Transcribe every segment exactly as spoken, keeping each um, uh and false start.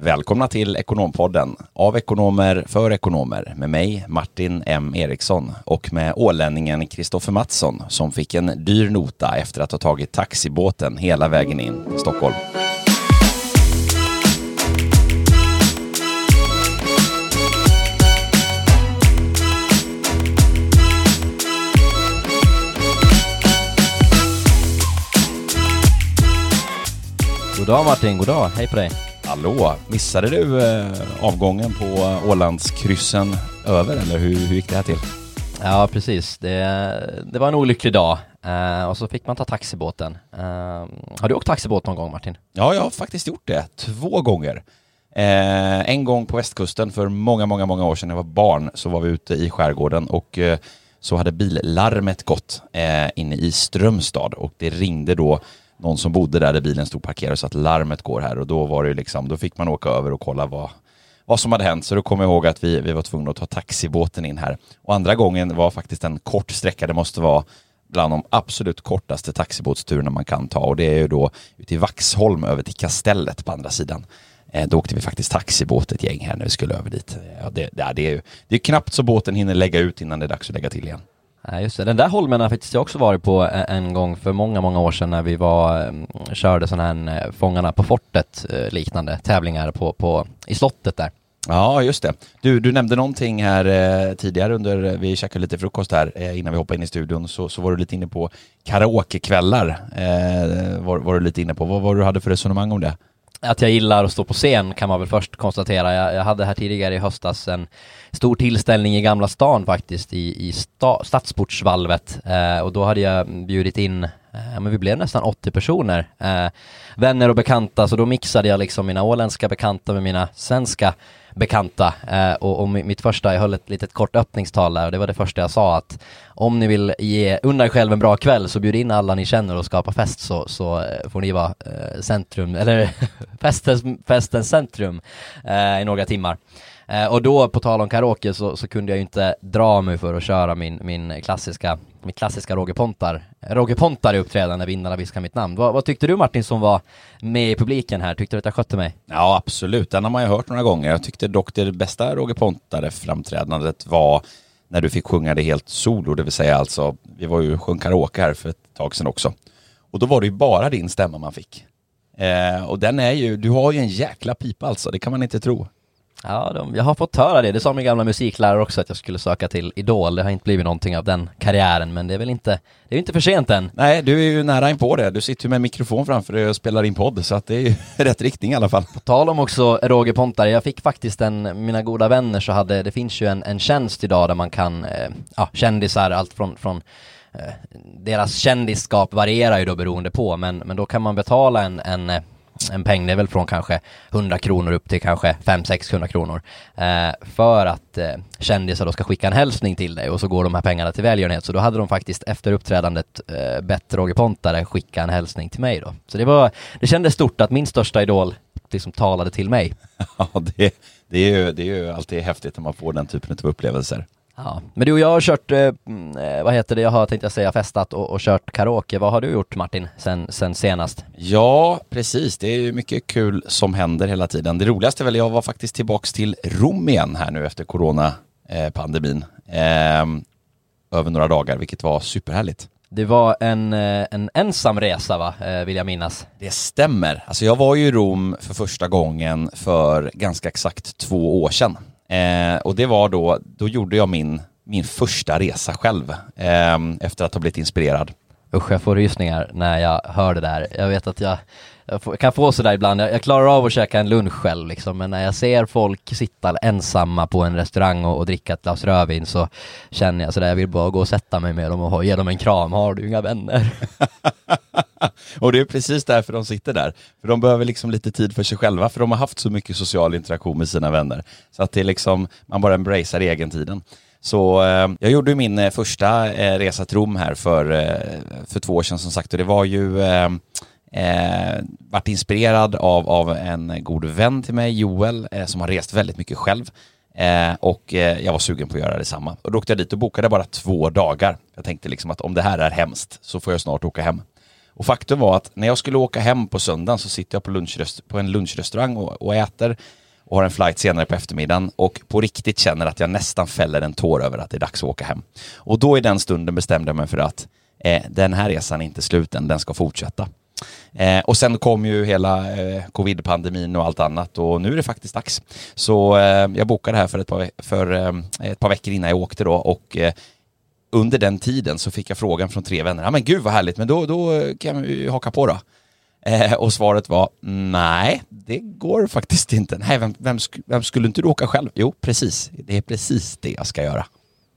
Välkomna till Ekonompodden av ekonomer för ekonomer med mig Martin M. Eriksson och med ålänningen Kristoffer Mattsson som fick en dyr nota efter att ha tagit taxibåten hela vägen in till Stockholm. God dag Martin, god dag. Hej på dig. Hallå, missade du eh, avgången på Ålandskryssen över eller hur, hur gick det här till? Ja, precis. Det, det var en olycklig dag eh, och så fick man ta taxibåten. Eh, har du åkt taxibåt någon gång, Martin? Ja, jag har faktiskt gjort det två gånger. Eh, en gång på västkusten för många, många, många år sedan när jag var barn så var vi ute i skärgården och eh, så hade billarmet gått eh, inne i Strömstad och det ringde då någon som bodde där, där bilen stod parkerad så att larmet går här och då var det liksom, då fick man åka över och kolla vad, vad som hade hänt. Så då kom jag ihåg att vi, vi var tvungna att ta taxibåten in här. Och andra gången var faktiskt en kort sträcka, det måste vara bland de absolut kortaste taxibåtsturerna man kan ta och det är ju då ute i Vaxholm över till Kastellet på andra sidan. Eh, då åkte vi faktiskt taxibåt ett gäng här när vi skulle över dit. Ja, det, det, det är ju det är knappt så båten hinner lägga ut innan det är dags att lägga till igen. Ja, just det. Den där Holmen har faktiskt jag också varit på en gång för många, många år sedan när vi var, körde sådana här Fångarna på fortet liknande tävlingar på, på, i slottet där. Ja, just det. Du, du nämnde någonting här eh, tidigare under, vi käkade lite frukost här eh, innan vi hoppade in i studion så, så var du lite inne på karaokekvällar. Eh, var, var du lite inne på. Vad var du hade för resonemang om det? Att jag gillar att stå på scen kan man väl först konstatera. Jag, jag hade här tidigare i höstas en stor tillställning i Gamla stan faktiskt i, i sta, Stadsportsvalvet eh, och då hade jag bjudit in, eh, men vi blev nästan åttio personer, eh, vänner och bekanta, så då mixade jag liksom mina åländska bekanta med mina svenska bekanta eh, och, och mitt första, jag höll ett litet kort öppningstal där och det var det första jag sa att om ni vill ge undan själv en bra kväll så bjud in alla ni känner och skapa fest så, så får ni vara eh, centrum, eller festens, festens centrum eh, i några timmar. Eh, och då på tal om karaoke så, så kunde jag ju inte dra mig för att köra min, min klassiska min klassiska Roger Pontar Roger Pontar i uppträdande Vindarna viskar mitt namn. Vad, vad tyckte du Martin som var med i publiken här? Tyckte du att jag skötte mig? Ja, absolut. Den har man ju hört några gånger. Jag tyckte dock det bästa Roger Pontare framträdandet var när du fick sjunga det helt solo, det vill säga alltså, vi var ju sjung karaoke här för ett tag sedan också. Och då var det ju bara din stämma man fick. Eh, och den är ju, du har ju en jäkla pipa alltså, det kan man inte tro. Ja, de, jag har fått höra det. Det sa min gamla musiklärare också att jag skulle söka till Idol. Det har inte blivit någonting av den karriären, men det är väl inte, det är inte för sent än. Nej, du är ju nära in på det. Du sitter ju med en mikrofon framför dig och spelar in podd, så att det är ju rätt riktning i alla fall. På tal om också Roger Pontare, jag fick faktiskt en, mina goda vänner så hade, det finns ju en, en tjänst idag där man kan, eh, ja, kändisar, allt från, från eh, deras kändisskap varierar ju då beroende på, men, men då kan man betala en, en en peng, det är väl från kanske hundra kronor upp till kanske fem till sexhundra kronor eh, för att eh, kändisar då ska skicka en hälsning till dig och så går de här pengarna till välgörenhet. Så då hade de faktiskt efter uppträdandet eh, bett Roger Pontare skicka en hälsning till mig då. Så det var, det kändes stort att min största idol liksom talade till mig. Ja, det, det, är ju, det är ju alltid häftigt när man får den typen av upplevelser. Ja, men du och jag har kört, eh, vad heter det, jag har tänkt jag säga festat och, och kört karaoke. Vad har du gjort Martin sen, sen senast? Ja, precis. Det är ju mycket kul som händer hela tiden. Det roligaste är väl, jag var faktiskt tillbaks till Rom igen här nu efter coronapandemin. Eh, över några dagar, vilket var superhärligt. Det var en, en ensam resa va, vill jag minnas. Det stämmer. Alltså jag var ju i Rom för första gången för ganska exakt två år sedan. Eh, och det var då, då gjorde jag min, min första resa själv eh, efter att ha blivit inspirerad. Usch, jag får rysningar när jag hör det där. Jag vet att jag, jag får, kan få sådär ibland. Jag, jag klarar av att käka en lunch själv liksom, men när jag ser folk sitta ensamma på en restaurang och, och dricka ett glas rödvin så känner jag sådär, jag vill bara gå och sätta mig med dem och ge dem en kram. Har du inga vänner? Och det är precis därför de sitter där. För de behöver liksom lite tid för sig själva, för de har haft så mycket social interaktion med sina vänner. Så att det är liksom, man bara embracear egentiden. Så eh, jag gjorde min eh, första eh, resa till Rom här för, eh, för två år sedan som sagt. Och det var ju eh, eh, varit inspirerad av, av en god vän till mig, Joel, eh, som har rest väldigt mycket själv. Eh, och eh, jag var sugen på att göra detsamma. Och då åkte jag dit och bokade bara två dagar. Jag tänkte liksom att om det här är hemskt så får jag snart åka hem. Och faktum var att när jag skulle åka hem på söndagen så sitter jag på, lunchrest- på en lunchrestaurang och, och äter och har en flight senare på eftermiddagen och på riktigt känner att jag nästan fäller en tår över att det är dags att åka hem. Och då i den stunden bestämde jag mig för att eh, den här resan är inte slut än, den ska fortsätta. Eh, och sen kom ju hela eh, covid-pandemin och allt annat och nu är det faktiskt dags. Så eh, jag bokade här för ett par, för, eh, ett par veckor innan jag åkte då och eh, under den tiden så fick jag frågan från tre vänner. Ja men gud vad härligt, men då, då kan vi haka på då. Eh, och svaret var nej, det går faktiskt inte. Nej, vem, vem, sk- vem skulle inte du åka själv? Jo, precis. Det är precis det jag ska göra.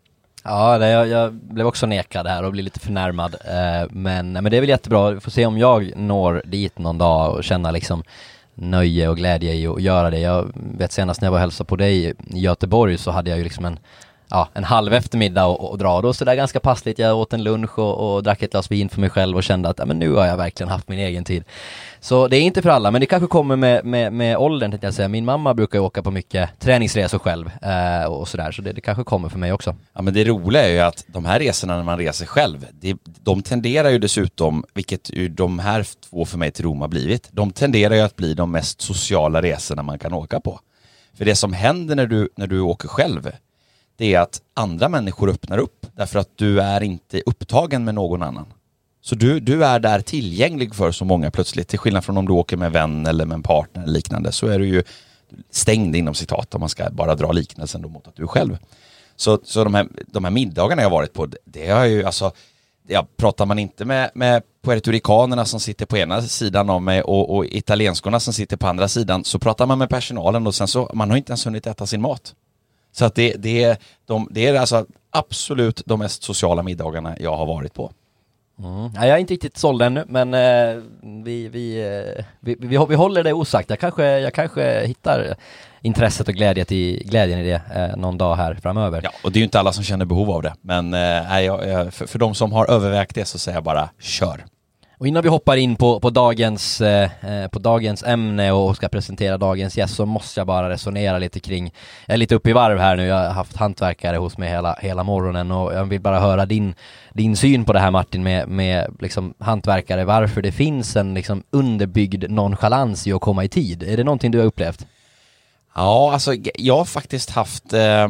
Ja, det, jag, jag blev också nekad här och blev lite förnärmad. Eh, men, men det är väl jättebra. Vi får se om jag når dit någon dag och känna liksom nöje och glädje i att göra det. Jag vet senast när jag var och hälsade på dig i Göteborg så hade jag ju liksom en Ja, en halv eftermiddag och, och dra. Då så där ganska passligt. Jag åt en lunch och, och drack ett glas vin för mig själv och kände att ja, men nu har jag verkligen haft min egen tid. Så det är inte för alla, men det kanske kommer med, med, med åldern, tänkte jag säga. Min mamma brukar ju åka på mycket träningsresor själv eh, och sådär, så det, det kanske kommer för mig också. Ja, men det roliga är ju att de här resorna när man reser själv, det, de tenderar ju dessutom, vilket ju de här två för mig till Rom har blivit, de tenderar ju att bli de mest sociala resorna man kan åka på. För det som händer när du, när du åker själv, det är att andra människor öppnar upp därför att du är inte upptagen med någon annan. Så du, du är där tillgänglig för så många plötsligt. Till skillnad från om du åker med en vän eller med en partner eller liknande så är du ju stängd inom citat om man ska bara dra liknelsen då mot att du är själv. Så, så de, här, de här middagarna jag har varit på, det har ju alltså, ja, pratar man inte med, med puertoricanerna som sitter på ena sidan av mig och, och italienskorna som sitter på andra sidan, så pratar man med personalen och sen så, man har inte ens hunnit äta sin mat. Så att det, det, är, de, det är alltså absolut de mest sociala middagarna jag har varit på. Mm. Ja, jag är inte riktigt såld ännu, men eh, vi, vi, eh, vi, vi, vi håller det osagt. Jag kanske, jag kanske hittar intresset och glädjen i, glädjen i det eh, någon dag här framöver. Ja, och det är ju inte alla som känner behov av det. Men eh, jag, för, för de som har övervägt det så säger jag bara, kör. Och innan vi hoppar in på, på, dagens, eh, på dagens ämne och ska presentera dagens gäst så måste jag bara resonera lite kring, jag är lite uppe i varv här nu, jag har haft hantverkare hos mig hela, hela morgonen och jag vill bara höra din, din syn på det här Martin med, med liksom hantverkare, varför det finns en liksom underbyggd nonchalans i att komma i tid. Är det någonting du har upplevt? Ja, alltså jag har faktiskt haft... Eh,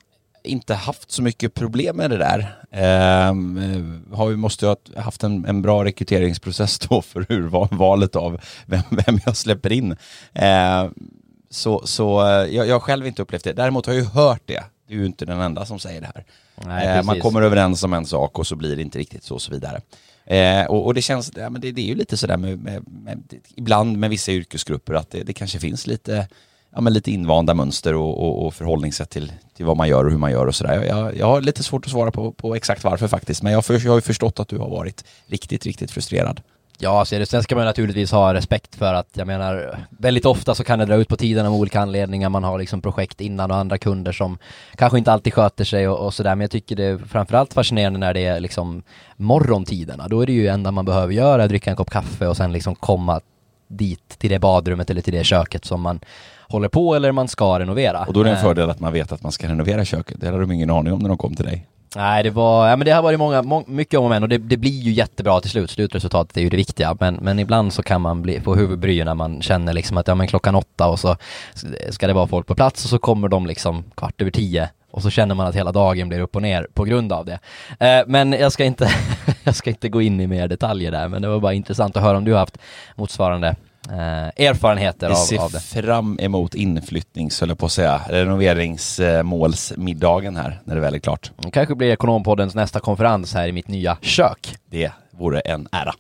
inte haft så mycket problem med det där. Eh, har vi måste ha haft en, en bra rekryteringsprocess då för hur valet av vem, vem jag släpper in. Eh, så så jag, jag har själv inte upplevt det. Däremot har jag ju hört det. Det är ju inte den enda som säger det här. Nej, eh, man kommer överens om en sak och så blir det inte riktigt så och så vidare. Eh, och, och det känns, ja, men det, det är ju lite sådär med, med, med, ibland med vissa yrkesgrupper att det, det kanske finns lite ja, men lite invanda mönster och, och, och förhållningssätt till, till vad man gör och hur man gör och sådär. Jag, jag har lite svårt att svara på, på exakt varför faktiskt, men jag, för, jag har ju förstått att du har varit riktigt, riktigt frustrerad. Ja, så är det. Sen ska man naturligtvis ha respekt för att, jag menar, väldigt ofta så kan det dra ut på tiden av olika anledningar. Man har liksom projekt innan och andra kunder som kanske inte alltid sköter sig och, och sådär. Men jag tycker det är framförallt fascinerande när det är liksom morgontiderna. Då är det ju enda man behöver göra, dricka en kopp kaffe och sen liksom komma dit till det badrummet eller till det köket som man håller på eller man ska renovera. Och då är det en fördel att man vet att man ska renovera köket. Det hade de ingen aning om när de kom till dig. Nej, det var, ja men det har varit många, må, mycket om och men och det, det blir ju jättebra till slut. Slutresultatet är ju det viktiga, men, men ibland så kan man bli på huvudbry när man känner liksom att ja men klockan åtta och så ska det vara folk på plats och så kommer de liksom kvart över tio och så känner man att hela dagen blir upp och ner på grund av det. Eh, men jag ska inte jag ska inte gå in i mer detaljer där, men det var bara intressant att höra om du har haft motsvarande Uh, erfarenheter av, av det. Jag ser fram emot inflyttning, så jag på att säga, renoveringsmålsmiddagen här när det väl är klart. Det kanske blir Ekonompoddens nästa konferens här i mitt nya kök. Det vore en ära.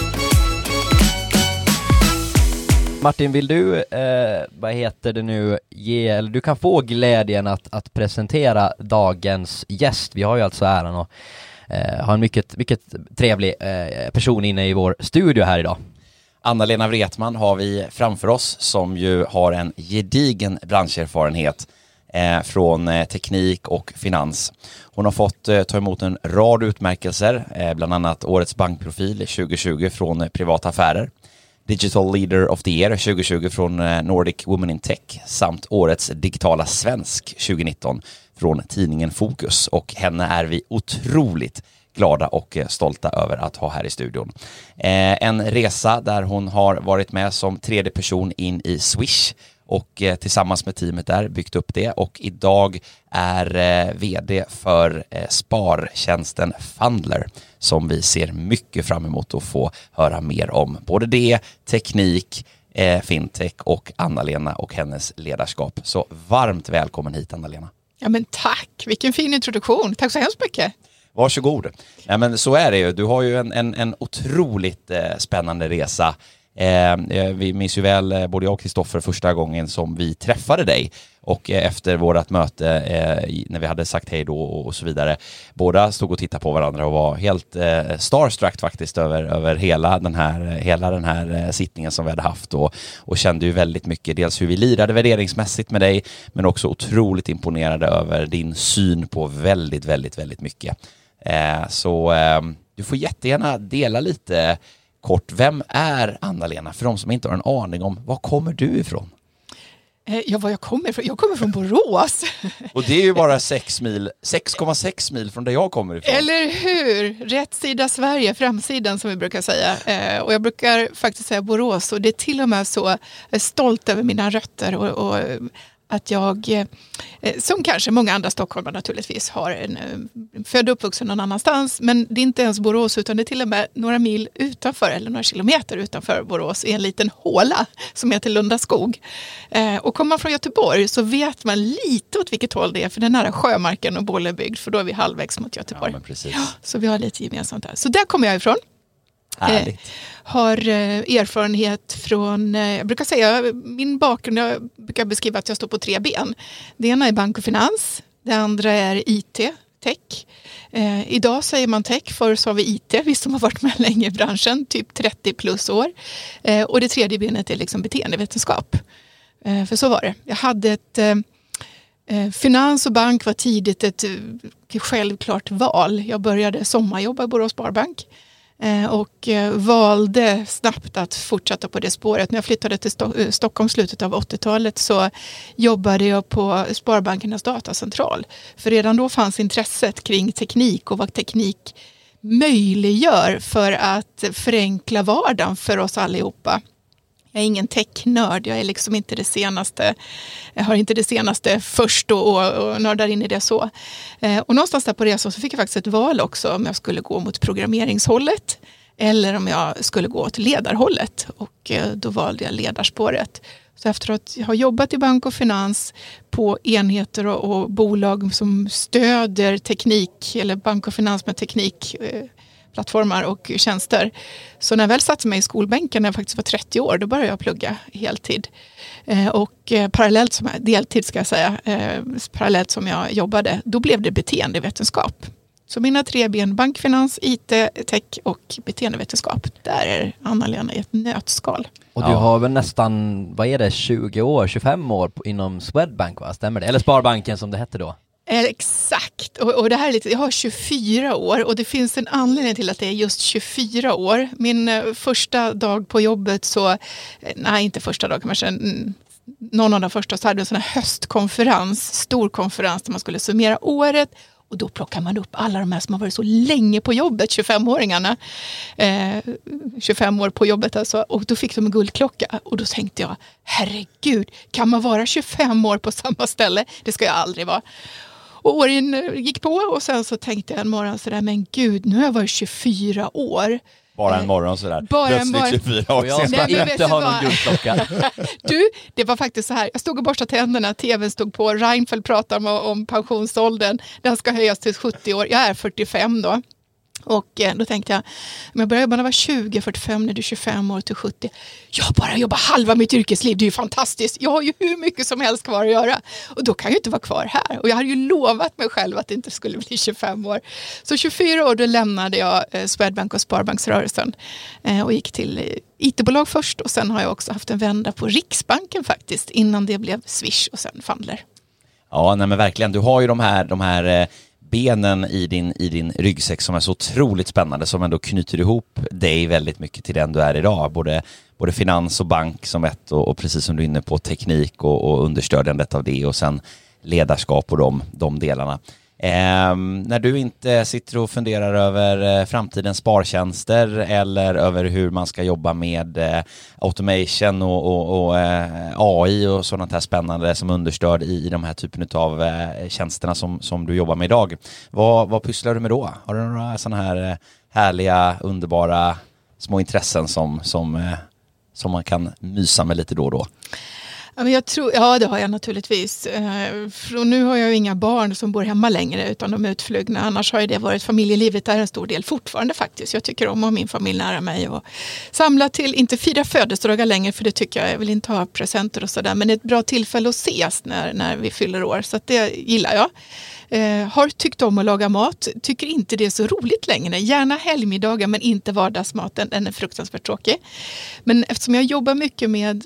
Martin, vill du, eh, vad heter det nu, ge, eller du kan få glädjen att, att presentera dagens gäst. Vi har ju alltså äran att eh, ha en mycket, mycket trevlig eh, person inne i vår studio här idag. Anna-Lena Wretman har vi framför oss, som ju har en gedigen branscherfarenhet eh, från eh, teknik och finans. Hon har fått eh, ta emot en rad utmärkelser, eh, bland annat Årets bankprofil tjugo tjugo från eh, Privata Affärer, Digital Leader of the Year tjugo tjugo från eh, Nordic Women in Tech samt Årets digitala svensk tjugo nitton från tidningen Fokus. Och henne är vi otroligt glada och stolta över att ha här i studion. Eh, en resa där hon har varit med som tredje person in i Swish och eh, tillsammans med teamet där byggt upp det, och idag är eh, vd för eh, spartjänsten Fundler som vi ser mycket fram emot att få höra mer om. Både det, teknik, eh, fintech och Anna-Lena och hennes ledarskap. Så varmt välkommen hit, Anna-Lena. Ja men tack, vilken fin introduktion. Tack så hemskt mycket. Varsågod. Ja, men så är det ju. Du har ju en, en, en otroligt eh, spännande resa. Eh, vi minns ju väl, eh, både jag och Kristoffer, första gången som vi träffade dig, och eh, efter vårt möte eh, när vi hade sagt hej då och, och så vidare, båda stod och tittade på varandra och var helt eh, starstruck faktiskt över, över hela den här, hela den här eh, sittningen som vi hade haft, och, och kände ju väldigt mycket dels hur vi lirade värderingsmässigt med dig, men också otroligt imponerade över din syn på väldigt, väldigt, väldigt mycket. Eh, så eh, du får jättegärna dela lite kort. Vem är Anna-Lena för de som inte har en aning om, var kommer du ifrån? Ja, var jag kommer ifrån? Jag kommer från Borås. Och det är ju bara sex mil, sex komma sex mil från där jag kommer ifrån. Eller hur? Rätt sida Sverige, framsidan som vi brukar säga. Och jag brukar faktiskt säga Borås, och det är till och med så jag är stolt över mina rötter och, och att jag, som kanske många andra stockholmare naturligtvis, har en född och uppvuxen någon annanstans, men det är inte ens Borås utan det är till och med några mil utanför eller några kilometer utanför Borås i en liten håla som heter Lundaskog. Och kommer man från Göteborg så vet man lite åt vilket håll det är, för det är nära Sjömarken och Bollebygd, för då är vi halvvägs mot Göteborg. Ja, men precis. Ja, så vi har lite gemensamt där. Så där kommer jag ifrån. Härligt. Eh, har eh, erfarenhet från, eh, jag brukar säga, min bakgrund, jag brukar beskriva att jag står på tre ben. Det ena är bank och finans, det andra är I T, tech. Eh, idag säger man tech, förr sa vi I T, vi som har varit med länge i branschen, typ trettio plus år. Eh, och det tredje benet är liksom beteendevetenskap. Eh, för så var det. Jag hade ett... Eh, Eh, finans och bank var tidigt ett eh, självklart val. Jag började sommarjobba i Borås Sparbank eh, och eh, valde snabbt att fortsätta på det spåret. När jag flyttade till Sto- eh, Stockholm slutet av åttiotalet så jobbade jag på Sparbankernas datacentral. För redan då fanns intresset kring teknik och vad teknik möjliggör för att förenkla vardagen för oss allihopa. Jag är ingen technörd, jag är liksom inte det senaste, jag har inte det senaste först och, och, och nördar in i det så. Eh, och någonstans där på resan så fick jag faktiskt ett val också om jag skulle gå mot programmeringshållet eller om jag skulle gå åt ledarhållet, och eh, då valde jag ledarspåret. Så efter att ha jobbat i bank och finans på enheter och, och bolag som stöder teknik, eller bank och finans med teknik, eh, plattformar och tjänster. Så när jag väl satte mig i skolbänken när jag faktiskt var trettio år, då började jag plugga heltid. Eh, och eh, parallellt som jag, deltid ska jag säga, eh, parallellt som jag jobbade, då blev det beteendevetenskap. Så mina tre ben, bank, finans, I T, tech och beteendevetenskap. Där är Anna-Lena i ett nötskal. Och du Ja. har väl nästan, vad är det, tjugo år, tjugofem år inom Swedbank, va? Stämmer det? Eller Sparbanken som det hette då? Exakt, och, och det här är lite, jag har tjugofyra år och det finns en anledning till att det är just tjugofyra år. Min eh, första dag på jobbet så, eh, nej inte första dag kanske, mm, någon av de första, så hade vi en sån här höstkonferens, stor konferens där man skulle summera året. Och då plockar man upp alla de här som har varit så länge på jobbet, tjugofem-åringarna. Eh, tjugofem år på jobbet alltså. Och då fick de en guldklocka. Och då tänkte jag, herregud, kan man vara tjugofem år på samma ställe? Det ska jag aldrig vara. Och åren gick på och sen så tänkte jag en morgon sådär, men gud, nu har jag varit tjugofyra år. Bara en morgon sådär. Bara Plötsligt en morgon. tjugofyra år Och jag senare. ska Nej, inte ha någon guldklocka. Du, det var faktiskt så här. Jag stod och borstade tänderna, tvn stod på. Reinfeldt pratade om, om pensionsåldern. Den ska höjas till sjuttio år. Jag är fyrtiofem då. Och eh, då tänkte jag, om jag börjar jobba när jag var tjugo, fyrtiofem, när du är tjugofem år till sjuttio. Jag bara jobbar halva mitt yrkesliv, det är ju fantastiskt. Jag har ju hur mycket som helst kvar att göra. Och då kan jag ju inte vara kvar här. Och jag hade ju lovat mig själv att det inte skulle bli tjugofem år. Så tjugofyra år då lämnade jag eh, Swedbank och Sparbanksrörelsen. Eh, och gick till eh, I T-bolag först. Och sen har jag också haft en vända på Riksbanken faktiskt. Innan det blev Swish och sen Fundler. Ja, nej men verkligen. Du har ju de här, de här eh, benen i din, i din ryggsäck som är så otroligt spännande, som ändå knyter ihop dig väldigt mycket till den du är idag. Både, både finans och bank som ett, och, och precis som du är inne på teknik och, och understödjandet av det, och sen ledarskap och de, de delarna. Eh, när du inte sitter och funderar över eh, framtidens spartjänster eller över hur man ska jobba med eh, automation och, och, och eh, A I och sådant här spännande som understöd i, i de här typen av eh, tjänsterna som, som du jobbar med idag. Vad, vad pysslar du med då? Har du några sådana här eh, härliga, underbara små intressen som, som, eh, som man kan mysa med lite då och då? Ja, men jag tror, ja, det har jag naturligtvis. Eh, för nu har jag ju inga barn som bor hemma längre utan de är utflugna. Annars har ju det varit familjelivet är en stor del fortfarande faktiskt. Jag tycker om att ha min familj nära mig och samla till, inte fira födelsedagar längre för det tycker jag, jag vill inte ha presenter och sådär. Men det är ett bra tillfälle att ses när, när vi fyller år så att det gillar jag. Eh, har tyckt om att laga mat, tycker inte det är så roligt längre. Gärna helgmiddagar men inte vardagsmaten, den är fruktansvärt tråkig. Men eftersom jag jobbar mycket med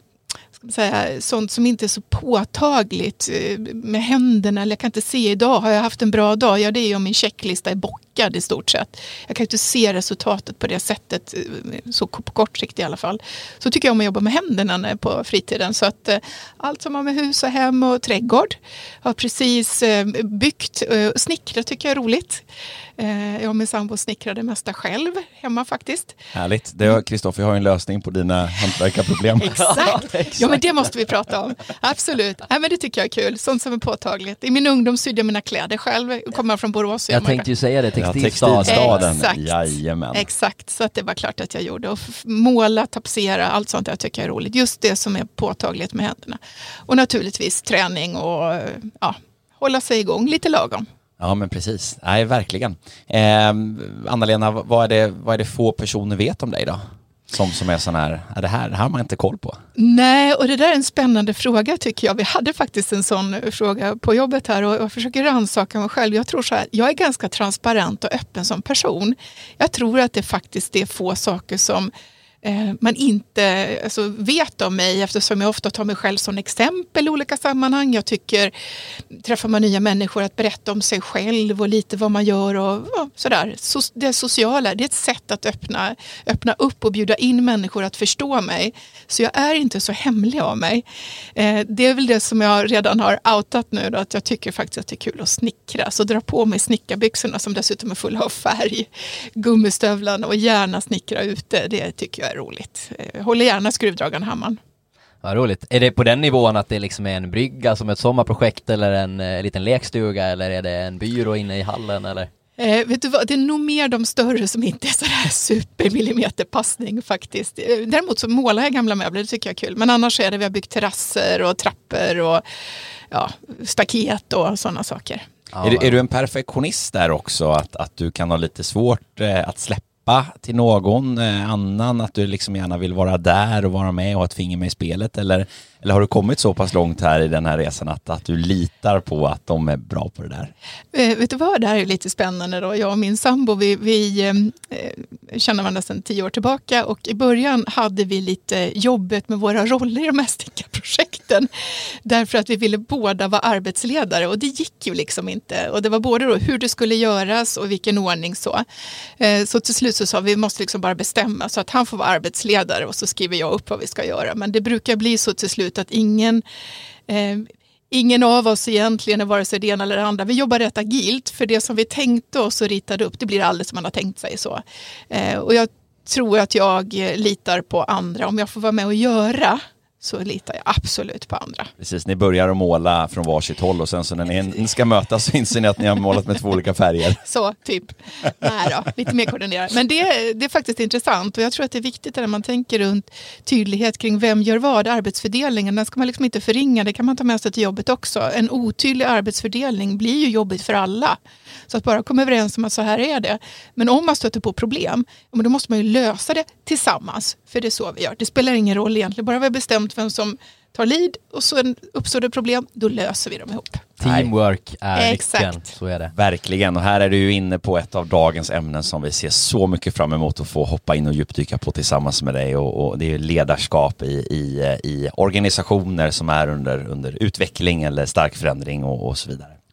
säga, sånt som inte är så påtagligt med händerna, eller jag kan inte se idag, har jag haft en bra dag? Ja, det är ju om min checklista är bockad i stort sett. Jag kan inte se resultatet på det sättet, så på kort sikt i alla fall. Så tycker jag om att jobba med händerna på fritiden, så att allt som har med hus och hem och trädgård har precis byggt. Snickra tycker jag är roligt. Jag och min sambo snickrar det mesta själv hemma faktiskt. Härligt. Det Kristoffer har en lösning på dina hantverkarproblem. Exakt. Ja, men det måste vi prata om. Absolut. Nej, men det tycker jag är kul. Sånt som är påtagligt. I min ungdom sydde jag mina kläder själv. Kommer från Borås. Jag tänkte ju säga det, textilstaden. Ja, textilstaden. Exakt. Jajamän. Exakt, så att det var klart att jag gjorde. Och måla, tapetsera, allt sånt jag tycker jag är roligt. Just det som är påtagligt med händerna. Och naturligtvis träning och ja, hålla sig igång lite lagom. Ja, men precis. Nej, verkligen. Eh, Anna-Lena, vad är, det, vad är det få personer vet om dig då? Som, som är sån här, är det här, det här har man inte koll på. Nej, och det där är en spännande fråga tycker jag. Vi hade faktiskt en sån fråga på jobbet här och jag försöker rannsaka mig själv. Jag tror så här, jag är ganska transparent och öppen som person. Jag tror att det faktiskt är få saker som eh, man inte alltså, vet om mig, eftersom jag ofta tar mig själv som exempel i olika sammanhang. Jag tycker, träffar man nya människor, att berätta om sig själv och lite vad man gör och ja, sådär. Så, det sociala, det är ett sätt att öppna, öppna upp och bjuda in människor att förstå mig. Så jag är inte så hemlig av mig. Eh, det är väl det som jag redan har outat nu, då, att jag tycker faktiskt att det är kul att snickra. Så dra på mig snickarbyxorna som dessutom är fulla av färg, gummistövlarna och gärna snickra ute. Det tycker jag är roligt. Jag håller gärna skruvdragaren hammaren. Vad roligt. Är det på den nivån att det liksom är en brygga som ett sommarprojekt eller en eh, liten lekstuga eller är det en byrå inne i hallen eller? Eh, vet du vad, det är nog mer de större som inte är så här supermillimeterpassning faktiskt. Däremot så målar jag gamla möbler, det tycker jag är kul. Men annars är det, vi har byggt terrasser och trappor och ja, staket och sådana saker. Ja, är, du, är du en perfektionist där också? Att, att du kan ha lite svårt eh, att släppa till någon eh, annan? Att du liksom gärna vill vara där och vara med och ha ett finger med i spelet? Eller, eller har du kommit så pass långt här i den här resan att, att du litar på att de är bra på det där? Eh, vet du vad, det här är lite spännande då. Jag och min sambo, vi, vi eh, känner varandra sedan tio år tillbaka och i början hade vi lite jobbet med våra roller i de här stickarprojekten. Därför att vi ville båda vara arbetsledare och det gick ju liksom inte. Och det var både då hur det skulle göras och vilken ordning så. Eh, så till slut så sa vi, vi måste liksom bara bestämma så att han får vara arbetsledare och så skriver jag upp vad vi ska göra. Men det brukar bli så till slut att ingen... Eh, Ingen av oss egentligen är vare sig det ena eller det andra. Vi jobbar rätt agilt för det som vi tänkte oss och ritade upp, det blir alldeles som man har tänkt sig så. Eh, och jag tror att jag litar på andra. Om jag får vara med och göra så litar jag absolut på andra. Precis, ni börjar att måla från varsitt håll och sen så när ni ska mötas så inser ni att ni har målat med två olika färger. Så, typ. Nej då, lite mer koordinerat. Men det, det är faktiskt intressant och jag tror att det är viktigt när man tänker runt tydlighet kring vem gör vad, arbetsfördelningen. Den ska man liksom inte förringa, det kan man ta med sig till jobbet också. En otydlig arbetsfördelning blir ju jobbigt för alla. Så att bara komma överens om att så här är det. Men om man stöter på problem, då måste man ju lösa det tillsammans. För det är så vi gör. Det spelar ingen roll egentligen. Bara vi har bestämt vem som tar lead och så uppstår det problem, då löser vi dem ihop. Teamwork är Exakt. nyckeln, så är det. Verkligen, och här är du ju inne på ett av dagens ämnen som vi ser så mycket fram emot att få hoppa in och djupdyka på tillsammans med dig och, och det är ledarskap i, i, i organisationer som är under, under utveckling eller stark förändring och, och så vidare.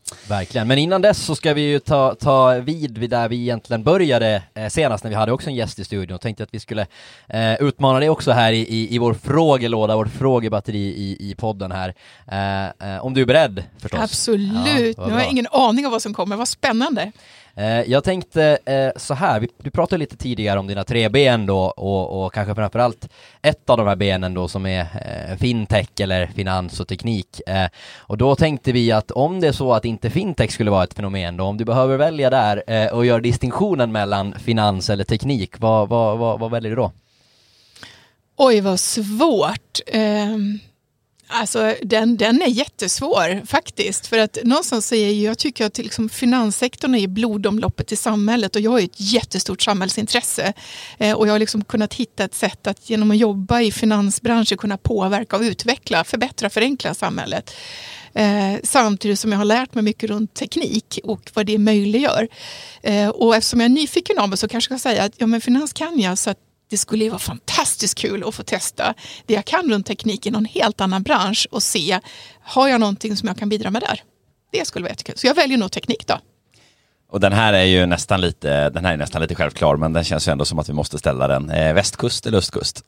Verkligen, men innan dess så ska vi ju ta, ta vid vid där vi egentligen började eh, senast när vi hade också en gäst i studion och tänkte att vi skulle eh, utmana det också här i, i, i vår frågelåda, vårt frågebatteri i, i podden här. Eh, eh, om du är beredd förstås. Absolut, ja, nu har jag ingen aning om vad som kommer, vad spännande. Jag tänkte eh, så här, vi, du pratade lite tidigare om dina tre ben då och, och kanske framförallt ett av de här benen då som är eh, fintech eller finans och teknik. Eh, och då tänkte vi att om det är så att inte fintech skulle vara ett fenomen då, om du behöver välja där eh, och göra distinktionen mellan finans eller teknik, vad, vad, vad, vad väljer du då? Oj, vad svårt. Um... Alltså den, den är jättesvår faktiskt, för att någonstans säger jag, jag tycker att liksom finanssektorn är blodomloppet i samhället och jag har ju ett jättestort samhällsintresse eh, och jag har liksom kunnat hitta ett sätt att genom att jobba i finansbranschen kunna påverka och utveckla, förbättra, förenkla samhället. Eh, samtidigt som jag har lärt mig mycket runt teknik och vad det möjliggör. Eh, och eftersom jag är nyfiken av det så kanske jag ska säga att ja, men finans kan jag, så att det skulle ju vara fantastiskt kul att få testa det jag kan runt teknik i någon helt annan bransch och se, har jag någonting som jag kan bidra med där? Det skulle vara jättekul. Så jag väljer nog teknik då. Och den här är ju nästan lite, den här är nästan lite självklar, men den känns ju ändå som att vi måste ställa den. Eh, västkust eller östkust?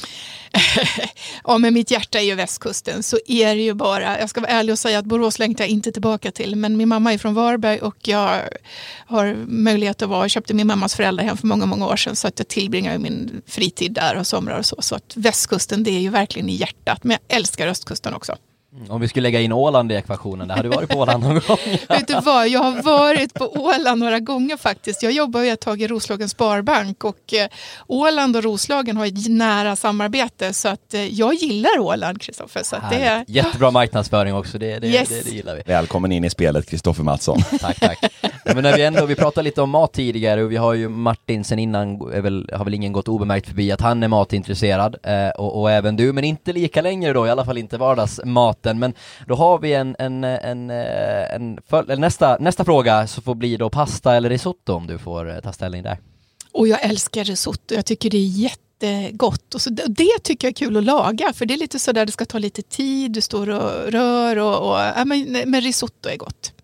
Ja, men mitt hjärta är ju västkusten, så är det ju bara, jag ska vara ärlig och säga att Borås längtar jag inte tillbaka till, men min mamma är från Varberg och jag har möjlighet att vara, köpte min mammas föräldrar hem för många, många år sedan, så att jag tillbringar min fritid där och somrar och så, så att västkusten, det är ju verkligen i hjärtat, men jag älskar östkusten också. Om vi skulle lägga in Åland i ekvationen, där har du varit på Åland någon gång? Vet du vad, jag har varit på Åland några gånger faktiskt. Jag jobbar ju ett tag i Roslagens Sparbank och eh, Åland och Roslagen har ett nära samarbete, så att eh, jag gillar Åland, Kristoffer. Så att det är... Jättebra marknadsföring också, det, det, yes. det, det gillar vi. Välkommen in i spelet, Kristoffer Mattsson. Tack, tack. Ja, men när vi ändå, vi pratade lite om mat tidigare och vi har ju Martin sen innan, är väl, har väl ingen gått obemärkt förbi att han är matintresserad eh, och, och även du, men inte lika länge då, i alla fall inte vardagsmaten. Men då har vi en, en, en, en, en nästa, nästa fråga, så får bli då pasta eller risotto om du får ta ställning där. Och jag älskar risotto, jag tycker det är jättegott och så, det tycker jag är kul att laga, för det är lite så där det ska ta lite tid, du står och rör och, och ja, men, men risotto är gott.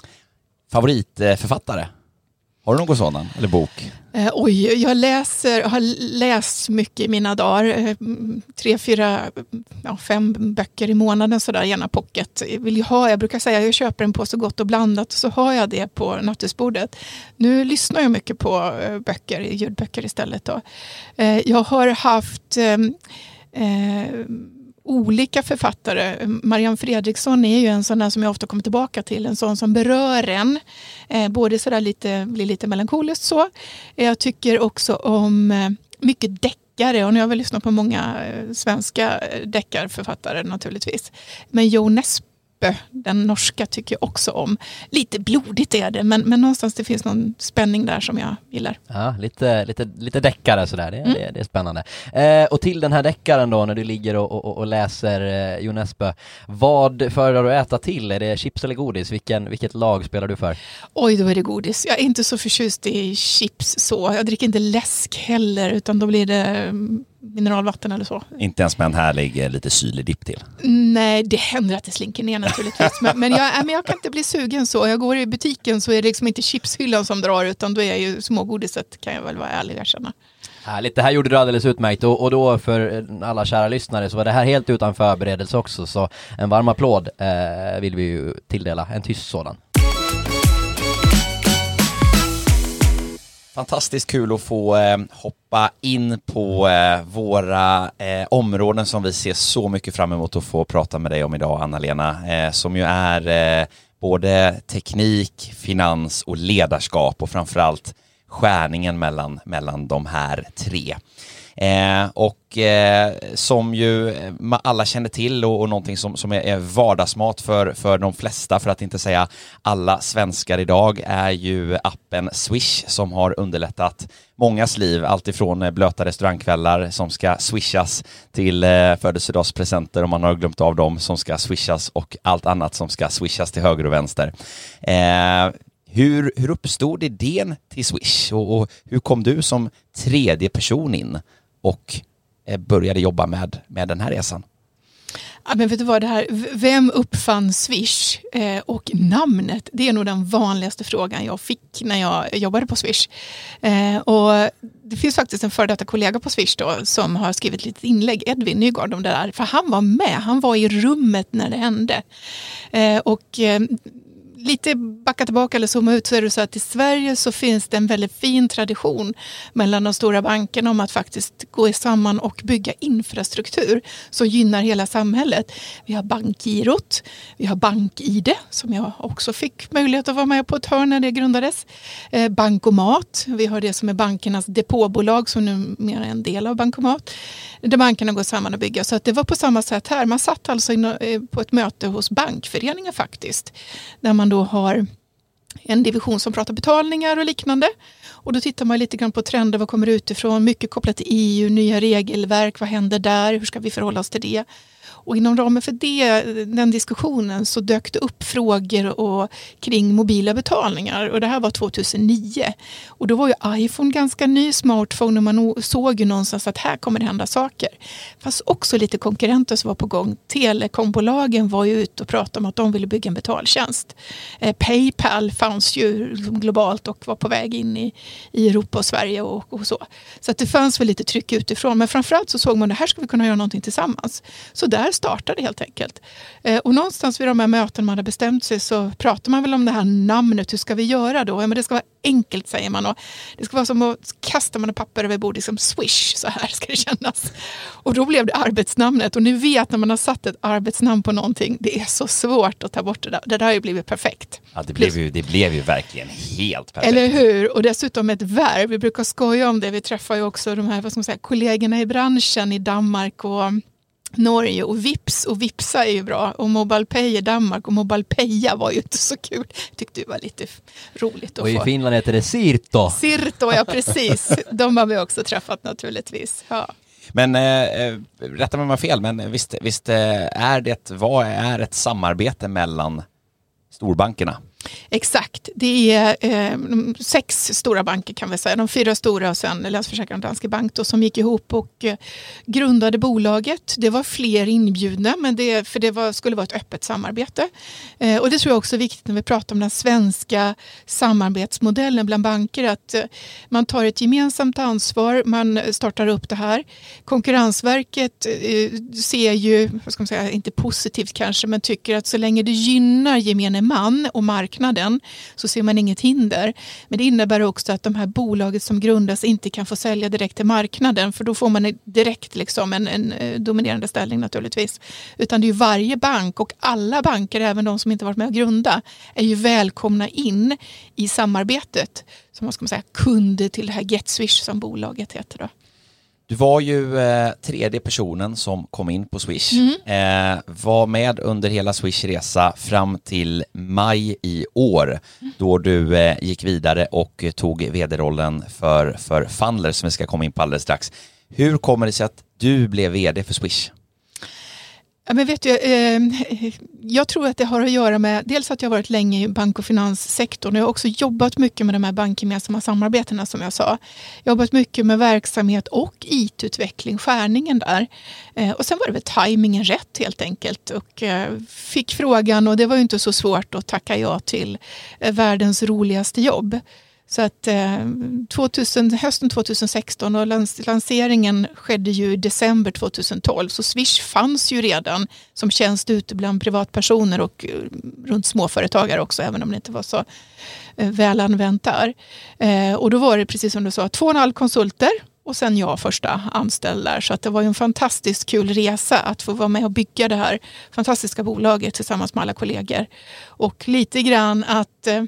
Favoritförfattare? Har du någon sådan, eller bok? Eh, oj, jag läser, har läst mycket i mina dagar. Eh, tre, fyra, ja, fem böcker i månaden sådär, gärna pocket. Jag, vill ha, jag brukar säga att jag köper en på så gott och blandat, så har jag det på nattduksbordet. Nu lyssnar jag mycket på eh, böcker, ljudböcker istället då. Eh, jag har haft... Eh, eh, olika författare. Marianne Fredriksson är ju en sån där som jag ofta kommer tillbaka till. En sån som berör en. Eh, både sådär lite, blir lite melankoliskt så. Jag tycker också om eh, mycket deckare. Och nu har jag väl lyssnat på många eh, svenska deckarförfattare naturligtvis. Men Jo Nesbø, den norska, tycker jag också om. Lite blodigt är det, men, men någonstans det finns någon spänning där som jag gillar. Ja, lite, lite, lite deckare sådär, det, mm. det, det är spännande. Eh, och till den här deckaren då, när du ligger och, och, och läser eh, Jo Nesbø, vad föredrar du äta till? Är det chips eller godis? Vilken, vilket lag spelar du för? Oj, då är det godis. Jag är inte så förtjust i chips så. Jag dricker inte läsk heller, utan då blir det mineralvatten eller så. Inte ens med en härlig, lite syrlig dipp till? Nej, det händer att det slinker ner naturligtvis. men, men, jag, men jag kan inte bli sugen så. Jag går i butiken så är det liksom inte chipshyllan som drar, utan då är ju smågodiset, kan jag väl vara ärlig att känna. Härligt, det här gjorde du alldeles utmärkt och, och då för alla kära lyssnare så var det här helt utan förberedelse också, så en varm applåd eh, vill vi ju tilldela, en tyst sådan. Fantastiskt kul att få eh, hoppa in på eh, våra eh, områden som vi ser så mycket fram emot att få prata med dig om idag, Anna-Lena, eh, som ju är eh, både teknik, finans och ledarskap och framförallt skärningen mellan, mellan de här tre. Eh, och eh, som ju alla känner till och, och någonting som, som är vardagsmat för, för de flesta, för att inte säga alla svenskar idag, är ju appen Swish som har underlättat mångas liv, alltifrån blöta restaurangkvällar som ska swishas till eh, födelsedagspresenter om man har glömt av dem som ska swishas och allt annat som ska swishas till höger och vänster. Eh, Hur, hur uppstod idén till Swish och, och hur kom du som tredje person in och eh, började jobba med, med den här resan? Ja, men vet du vad det här, vem uppfann Swish eh, och namnet? Det är nog den vanligaste frågan jag fick när jag jobbade på Swish. Eh, och det finns faktiskt en före detta kollega på Swish då, som har skrivit ett litet inlägg, Edvin Nygård, om det där. För han var med, han var i rummet när det hände. Eh, och... Eh, Lite backa tillbaka eller zooma ut så är det så att i Sverige så finns det en väldigt fin tradition mellan de stora bankerna om att faktiskt gå samman och bygga infrastruktur som gynnar hela samhället. Vi har bankgirot, vi har BankID som jag också fick möjlighet att vara med på ett hörn när det grundades. Eh, Bankomat, vi har det som är bankernas depåbolag som numera är en del av Bankomat. Där bankerna går samman och bygger. Så att det var på samma sätt här. Man satt alltså in, eh, på ett möte hos bankföreningen faktiskt. Där man då har en division som pratar betalningar och liknande. Och då tittar man lite grann på trender, vad kommer utifrån, mycket kopplat till E U, nya regelverk, vad händer där, hur ska vi förhålla oss till det? Och inom ramen för det, den diskussionen så dök det upp frågor och, kring mobila betalningar. Och det här var tjugohundranio. Och då var ju iPhone ganska ny, smartphone, och man såg ju någonstans att här kommer det hända saker. Fast också lite konkurrenter som var på gång. Telekombolagen var ju ute och pratade om att de ville bygga en betaltjänst. Eh, PayPal fanns ju globalt och var på väg in i, i Europa och Sverige och, och så. Så att det fanns väl lite tryck utifrån. Men framförallt så såg man att här ska vi kunna göra någonting tillsammans. Så där startade helt enkelt. Eh, och någonstans vid de här möten man hade bestämt sig så pratar man väl om det här namnet. Hur ska vi göra då? Ja, men det ska vara enkelt, säger man. Och det ska vara som att kasta man papper över bordet, liksom swish, så här ska det kännas. Och då blev det arbetsnamnet. Och ni vet när man har satt ett arbetsnamn på någonting, det är så svårt att ta bort det där. Det där har ju blivit perfekt. Ja, det blev ju, det blev ju verkligen helt perfekt. Eller hur? Och dessutom ett verb. Vi brukar skoja om det. Vi träffar ju också de här, vad ska man säga, kollegorna i branschen i Danmark och Norge, och Vips och Vipsa är ju bra, och MobilePay i Danmark och MobilePaya var ju inte så kul. Tyckte det var lite roligt att och få. Och i Finland heter det Sirto. Sirto, ja precis. De har vi också träffat naturligtvis. Ja. Men eh, rätta mig om jag har fel, men visst, visst är det, vad är ett samarbete mellan storbankerna? Exakt, det är eh, sex stora banker kan vi säga, de fyra stora och sen Länsförsäkringar och Danske Bank då, som gick ihop och eh, grundade bolaget. Det var fler inbjudna, men det, för det var, skulle vara ett öppet samarbete. Eh, och det tror jag också är viktigt när vi pratar om den svenska samarbetsmodellen bland banker, att eh, man tar ett gemensamt ansvar, man startar upp det här. Konkurrensverket eh, ser ju, vad ska man säga, inte positivt kanske, men tycker att så länge det gynnar gemene man och marknaden så ser man inget hinder. Men det innebär också att de här bolaget som grundas inte kan få sälja direkt till marknaden, för då får man direkt liksom en, en dominerande ställning naturligtvis. Utan det är ju varje bank, och alla banker, även de som inte varit med att grunda, är ju välkomna in i samarbetet. Som man ska säga, kunder till det här GetSwish som bolaget heter då. Du var ju eh, tredje personen som kom in på Swish. Mm. Eh, var med under hela Swish-resa fram till maj i år. Mm. Då du eh, gick vidare och tog vd-rollen för, för Fundler, som vi ska komma in på alldeles strax. Hur kommer det sig att du blev vd för Swish? Ja, men vet du, eh, jag tror att det har att göra med dels att jag har varit länge i bank- och finanssektorn. Jag har också jobbat mycket med de här bankgemensamma samarbetena som jag sa. Jag har jobbat mycket med verksamhet och I T-utveckling, skärningen där. Eh, och sen var det väl tajmingen rätt helt enkelt. Och eh, fick frågan, och det var ju inte så svårt att tacka ja till eh, världens roligaste jobb. Så att eh, tvåtusen, hösten tjugohundrasexton, och lans, lanseringen skedde ju i december tjugotolv. Så Swish fanns ju redan som tjänst ute bland privatpersoner och eh, runt småföretagare också, även om det inte var så eh, väl använt där. Eh, och då var det precis som du sa, två och en halv konsulter och sen jag första anställd där. Så att det var ju en fantastiskt kul resa att få vara med och bygga det här fantastiska bolaget tillsammans med alla kollegor. Och lite grann att... Eh,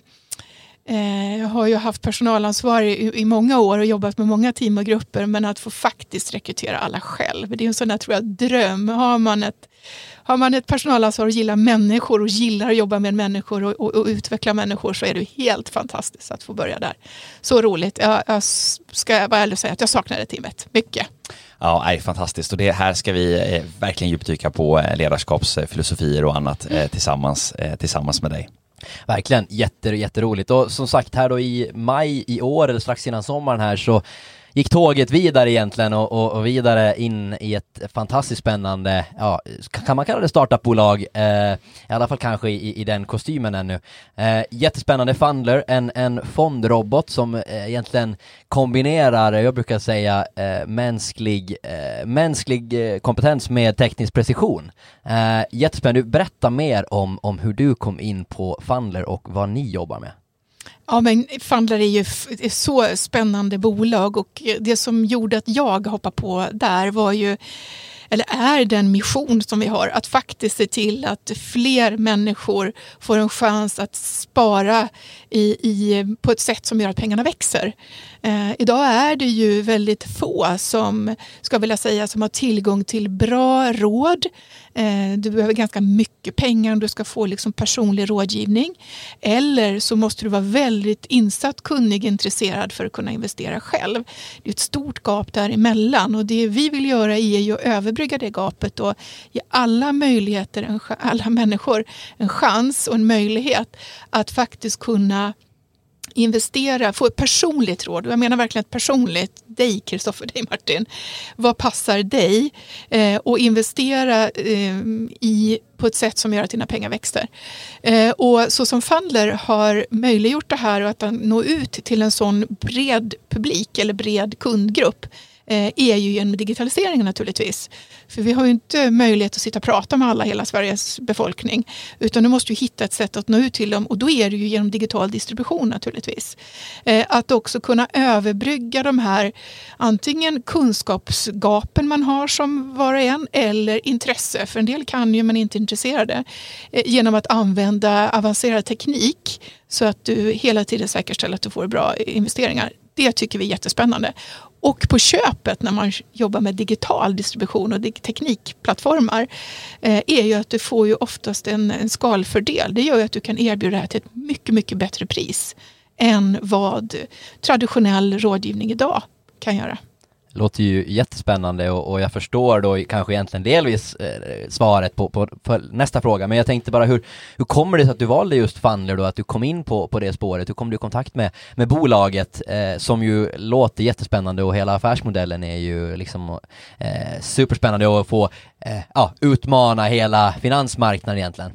Jag har ju haft personalansvar i, i många år och jobbat med många team och grupper, men att få faktiskt rekrytera alla själv. Det är en sån där, tror jag, dröm. Har man ett, har man ett personalansvar och gillar människor och gillar att jobba med människor och, och, och utveckla människor, så är det helt fantastiskt att få börja där. Så roligt. Jag, jag ska vara ärlig och säga att jag saknar det teamet. Mycket. Ja, är fantastiskt. Och det här ska vi eh, verkligen djupdyka på eh, ledarskapsfilosofier och annat eh, tillsammans, eh, tillsammans med dig. Verkligen, jätte, jätteroligt. Och som sagt, här då i maj i år, eller strax innan sommaren här, så gick tåget vidare egentligen och, och, och vidare in i ett fantastiskt spännande, ja, kan man kalla det startupbolag, eh, i alla fall kanske i, i den kostymen ännu. Eh, jättespännande Fundler, en, en fondrobot som eh, egentligen kombinerar, jag brukar säga, eh, mänsklig, eh, mänsklig kompetens med teknisk precision. Eh, jättespännande. Berätta mer om, om hur du kom in på Fundler och vad ni jobbar med. Ja, men Fundler är ju ett så spännande bolag, och det som gjorde att jag hoppade på där var ju, eller är den mission som vi har, att faktiskt se till att fler människor får en chans att spara i, i, på ett sätt som gör att pengarna växer. Eh, idag är det ju väldigt få som, ska vilja säga, som har tillgång till bra råd. Eh, du behöver ganska mycket pengar om du ska få liksom personlig rådgivning. Eller så måste du vara väldigt insatt, kunnig, intresserad för att kunna investera själv. Det är ett stort gap däremellan, och det vi vill göra är ju att överbrygga det gapet och ge alla möjligheter, en, alla människor en chans och en möjlighet att faktiskt kunna investera, få ett personligt råd. Jag menar verkligen ett personligt, dig Kristoffer, dig Martin. Vad passar dig? Eh, och investera eh, i på ett sätt som gör att dina pengar växer. Eh, och så som Fundler har möjliggjort det här och att nå ut till en sån bred publik eller bred kundgrupp är ju genom digitaliseringen naturligtvis. För vi har ju inte möjlighet att sitta och prata med alla, hela Sveriges befolkning, utan du måste ju hitta ett sätt att nå ut till dem, och då är det ju genom digital distribution naturligtvis. Att också kunna överbrygga de här antingen kunskapsgapen man har som var och en, eller intresse, för en del kan ju men inte intresserade, genom att använda avancerad teknik så att du hela tiden säkerställer att du får bra investeringar. Det tycker vi är jättespännande. Och på köpet när man jobbar med digital distribution och teknikplattformar eh, är ju att du får ju oftast en, en skalfördel. Det gör ju att du kan erbjuda det här till ett mycket, mycket bättre pris än vad traditionell rådgivning idag kan göra. Låter ju jättespännande, och, och jag förstår då kanske egentligen delvis eh, svaret på, på, på nästa fråga. Men jag tänkte bara, hur, hur kommer det sig att du valde just Fundler då, att du kom in på, på det spåret? Hur kom du i kontakt med, med bolaget eh, som ju låter jättespännande, och hela affärsmodellen är ju liksom eh, superspännande att få eh, ja, utmana hela finansmarknaden egentligen.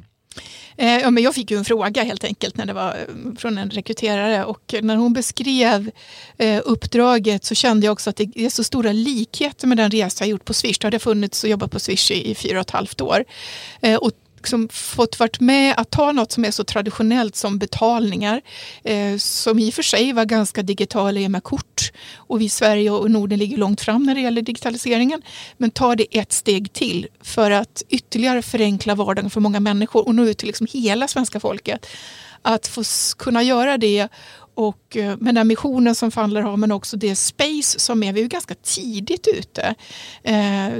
Ja, men jag fick ju en fråga helt enkelt när det var från en rekryterare, och när hon beskrev eh, uppdraget så kände jag också att det är så stora likheter med den resa jag gjort på Swish. Jag hade funnits och jobbat på Swish i, i fyra och ett halvt år. Eh, och liksom fått varit med att ta något som är så traditionellt som betalningar, eh, som i och för sig var ganska digitala med kort, och vi i Sverige och Norden ligger långt fram när det gäller digitaliseringen, men ta det ett steg till för att ytterligare förenkla vardagen för många människor och nå ut till liksom hela svenska folket. Att få kunna göra det, och med den missionen som Fundler har, men också det space som är, vi är ju ganska tidigt ute. Eh,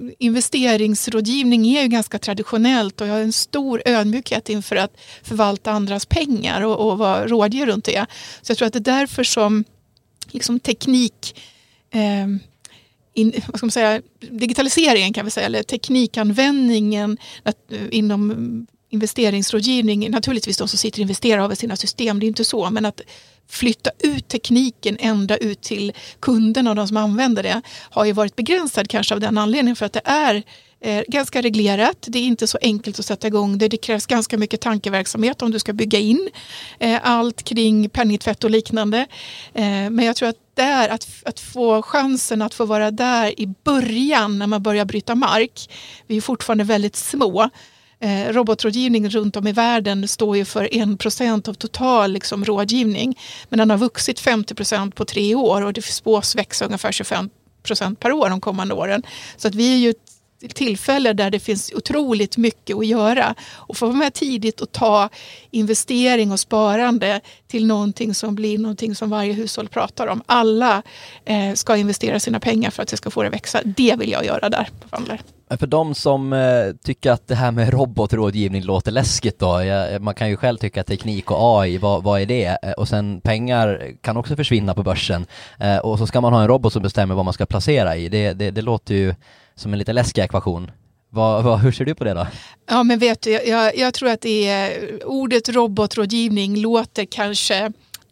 investeringsrådgivning är ju ganska traditionellt, och jag har en stor ödmjukhet inför att förvalta andras pengar och, och vara rådgivare runt det. Så jag tror att det är därför som liksom teknik, eh, in, vad ska man säga, digitaliseringen kan vi säga, eller teknikanvändningen att, inom investeringsrådgivning, naturligtvis de som sitter och investerar över sina system, det är inte så, men att flytta ut tekniken ända ut till kunderna och de som använder det har ju varit begränsad kanske av den anledningen, för att det är eh, ganska reglerat, det är inte så enkelt att sätta igång det, det krävs ganska mycket tankeverksamhet om du ska bygga in eh, allt kring penningtvätt och liknande, eh, men jag tror att där, att, att få chansen att få vara där i början när man börjar bryta mark, vi är fortfarande väldigt små. Eh, robotrådgivning runt om i världen står ju för en procent av total liksom, rådgivning. Men den har vuxit femtio procent på tre år, och det spås växa ungefär tjugofem procent per år de kommande åren. Så att vi är ju ett tillfälle där det finns otroligt mycket att göra. Och få vara med tidigt och ta investering och sparande till någonting som blir någonting som varje hushåll pratar om. Alla eh, ska investera sina pengar för att det ska få det växa. Det vill jag göra där på Fundler. För de som eh, tycker att det här med robotrådgivning låter läskigt då, jag, man kan ju själv tycka teknik och A I, vad, vad är det? Eh, och sen pengar kan också försvinna på börsen. Eh, och så ska man ha en robot som bestämmer vad man ska placera i. Det, det, det låter ju som en lite läskig ekvation. Vad, vad, hur ser du på det då? Ja, men vet du, jag, jag tror att det är, ordet robotrådgivning låter kanske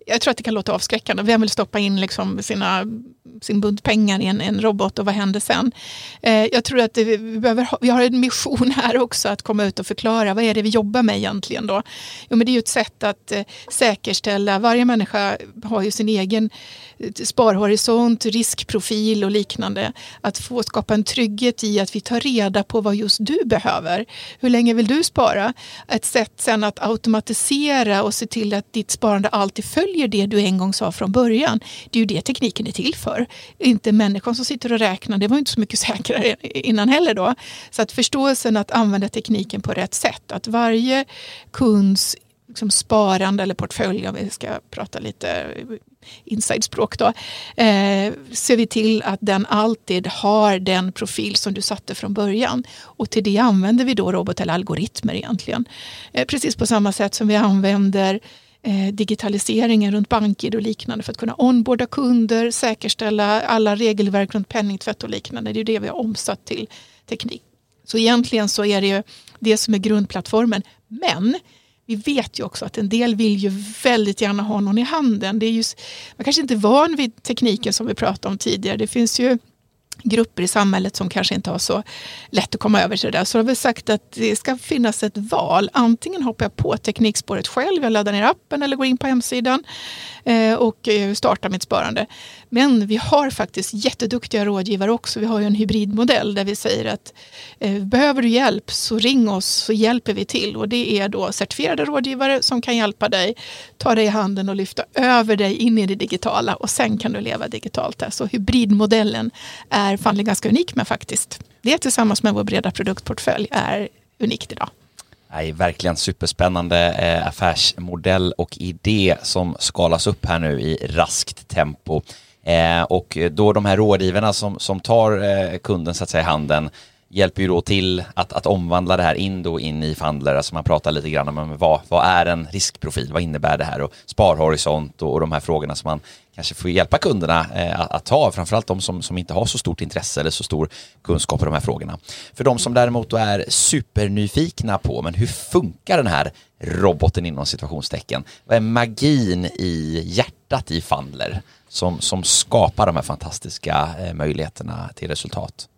jag tror att det kan låta avskräckande. Vem vill stoppa in liksom sina, sin bunt pengar i en, en robot och vad händer sen? Eh, jag tror att det, vi, behöver ha, vi har en mission här också att komma ut och förklara vad är det vi jobbar med egentligen då? Jo, men det är ju ett sätt att eh, säkerställa, varje människa har ju sin egen sparhorisont, riskprofil och liknande. Att få skapa en trygghet i att vi tar reda på vad just du behöver. Hur länge vill du spara? Ett sätt sen att automatisera och se till att ditt sparande alltid följer det du en gång sa från början. Det är ju det tekniken är till för. Inte människan som sitter och räknar. Det var inte så mycket säkrare innan heller då. Så att förståelsen att använda tekniken på rätt sätt. Att varje kunds liksom sparande eller portfölj, om vi ska prata lite inside-språk då, eh, ser vi till att den alltid har den profil som du satte från början. Och till det använder vi då robot eller algoritmer egentligen. Eh, precis på samma sätt som vi använder eh, digitaliseringen runt banker och liknande för att kunna onboarda kunder, säkerställa alla regelverk runt penningtvätt och liknande. Det är ju det vi har omsatt till teknik. Så egentligen så är det ju det som är grundplattformen. Men vi vet ju också att en del vill ju väldigt gärna ha någon i handen. Det är just, man kanske inte är van vid tekniken som vi pratade om tidigare. Det finns ju grupper i samhället som kanske inte har så lätt att komma över till det där. Så har vi sagt att det ska finnas ett val. Antingen hoppar jag på teknikspåret själv, jag laddar ner appen eller går in på hemsidan eh, och startar mitt sparande. Men vi har faktiskt jätteduktiga rådgivare också. Vi har ju en hybridmodell där vi säger att eh, behöver du hjälp så ring oss så hjälper vi till. Och det är då certifierade rådgivare som kan hjälpa dig, ta dig i handen och lyfta över dig in i det digitala och sen kan du leva digitalt där. Så hybridmodellen är fan ganska unik med faktiskt. Det tillsammans med vår breda produktportfölj är unikt idag. Nej, verkligen superspännande eh, affärsmodell och idé som skalas upp här nu i raskt tempo. Eh, och då de här rådgivarna som, som tar eh, kunden så att säga i handen hjälper ju då till att, att omvandla det här in, då in i förhandlare. Alltså man pratar lite grann om vad, vad är en riskprofil, vad innebär det här och sparhorisont och, och de här frågorna som man kanske får hjälpa kunderna eh, att, att ta, framförallt de som, som inte har så stort intresse eller så stor kunskap i de här frågorna. För de som däremot då är supernyfikna på, men hur funkar den här roboten inom situationstecken? Vad är magin i hjärtat i Fundler som, som skapar de här fantastiska eh, möjligheterna till resultat?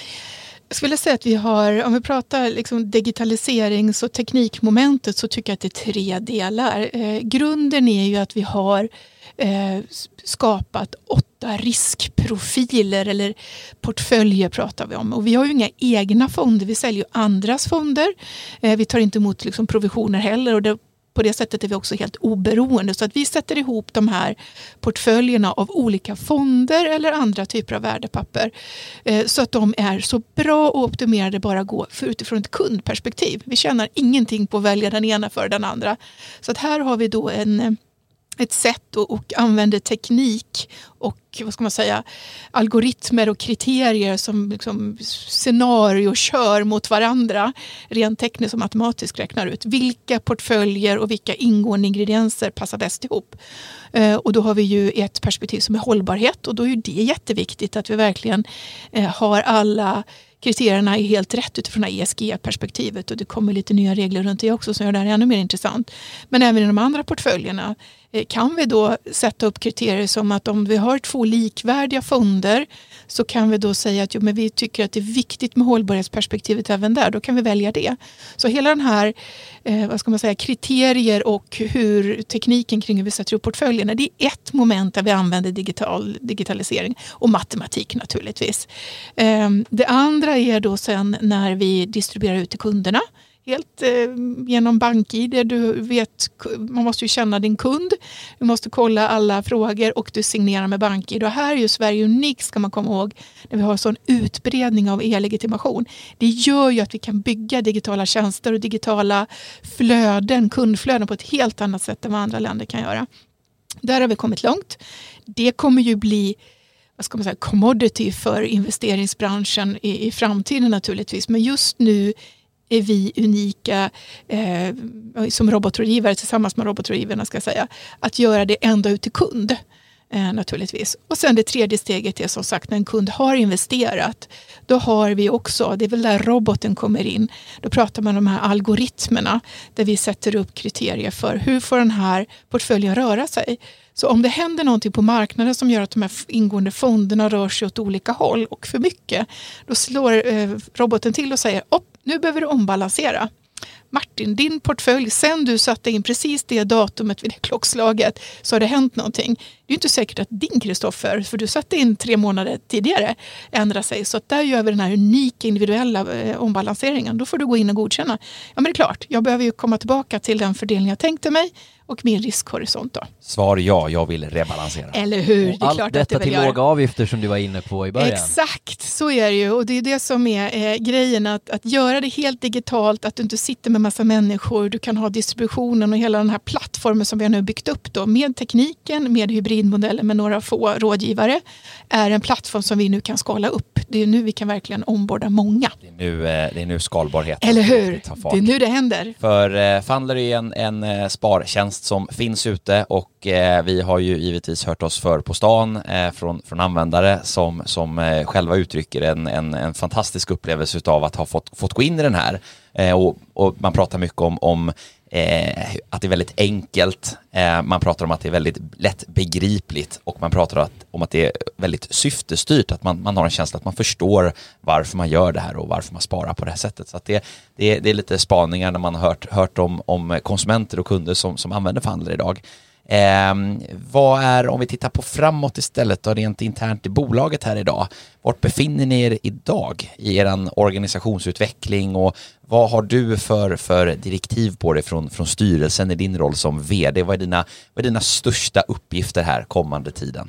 Jag skulle säga att vi har, om vi pratar liksom digitaliserings- och teknikmomentet så tycker jag att det är tre delar. Eh, grunden är ju att vi har eh, skapat åtta riskprofiler eller portföljer pratar vi om. Och vi har ju inga egna fonder, vi säljer ju andras fonder. Eh, vi tar inte emot liksom provisioner heller och det på det sättet är vi också helt oberoende. Så att vi sätter ihop de här portföljerna av olika fonder eller andra typer av värdepapper. Eh, så att de är så bra och optimerade bara gå för utifrån ett kundperspektiv. Vi tjänar ingenting på att välja den ena för den andra. Så att här har vi då en... ett sätt och, och använder teknik och vad ska man säga algoritmer och kriterier som liksom scenario kör mot varandra rent tekniskt och matematiskt räknar ut vilka portföljer och vilka ingående ingredienser passar bäst ihop. Eh, och då har vi ju ett perspektiv som är hållbarhet och då är ju det jätteviktigt att vi verkligen eh, har alla kriterierna är helt rätt utifrån det här E S G-perspektivet och det kommer lite nya regler runt det också som gör det här ännu mer intressant. Men även i de andra portföljerna kan vi då sätta upp kriterier som att om vi har två likvärdiga fonder så kan vi då säga att jo, men vi tycker att det är viktigt med hållbarhetsperspektivet även där. Då kan vi välja det. Så hela den här eh, vad ska man säga, kriterier och hur tekniken kring hur vi sätter upp portföljerna, det är ett moment där vi använder digital, digitalisering och matematik naturligtvis. Eh, det andra är då sen när vi distribuerar ut till kunderna. Helt eh, genom BankID. Du vet, man måste ju känna din kund. Du måste kolla alla frågor och du signerar med BankID. Och här är ju Sverige unikt ska man komma ihåg när vi har sån utbredning av e-legitimation. Det gör ju att vi kan bygga digitala tjänster och digitala flöden, kundflöden på ett helt annat sätt än vad andra länder kan göra. Där har vi kommit långt. Det kommer ju bli vad ska man säga, commodity för investeringsbranschen i, i framtiden naturligtvis. Men just nu är vi unika eh, som robotrådgivare tillsammans med robotrådgivarna ska jag säga, att göra det ända ut till kund. eh, naturligtvis. Och sen det tredje steget är som sagt när en kund har investerat. Då har vi också, det är väl där roboten kommer in. Då pratar man om de här algoritmerna där vi sätter upp kriterier för hur får den här portföljen röra sig. Så om det händer någonting på marknaden som gör att de här ingående fonderna rör sig åt olika håll och för mycket, då slår eh, roboten till och säger upp, nu behöver du ombalansera. Martin, din portfölj, sen du satte in precis det datumet vid det klockslaget så har det hänt någonting. Det är inte säkert att din Kristoffer, för du satte in tre månader tidigare, ändrar sig. Så att där gör vi den här unika individuella eh, ombalanseringen. Då får du gå in och godkänna. Ja men det är klart, jag behöver ju komma tillbaka till den fördelning jag tänkte mig och min riskhorisont då. Svar ja, jag vill rebalansera. Eller hur? Och det är allt klart detta att det till gör. låga avgifter som du var inne på i början. Exakt, så är det ju. Och det är det som är eh, grejen. Att, att göra det helt digitalt, att du inte sitter med massa människor. Du kan ha distributionen och hela den här plattformen som vi har nu byggt upp då. Med tekniken, med hybridmodellen, med några få rådgivare. Är en plattform som vi nu kan skala upp. Det är nu vi kan verkligen omborda många. Det är nu, det är nu skalbarhet. Eller hur? Det är nu det händer. För eh, Fundler är en, en spartjänst som finns ute och eh, vi har ju givetvis hört oss för på stan eh, från, från användare som, som eh, själva uttrycker en, en, en fantastisk upplevelse av att ha fått, fått gå in i den här. Eh, och, och man pratar mycket om, om eh, att det är väldigt enkelt. Eh, man pratar om att det är väldigt lätt begripligt och man pratar att, om att det är väldigt syftestyrt. Att man, man har en känsla att man förstår varför man gör det här och varför man sparar på det här sättet. Så att det, det, det är lite spaningar när man har hört, hört om, om konsumenter och kunder som, som använder Fundler idag. Eh, vad är, om vi tittar på framåt istället och rent internt i bolaget här idag, vart befinner ni er idag i er organisationsutveckling och vad har du för, för direktiv på det från, från styrelsen i din roll som vd? Vad är dina, vad är dina största uppgifter här kommande tiden?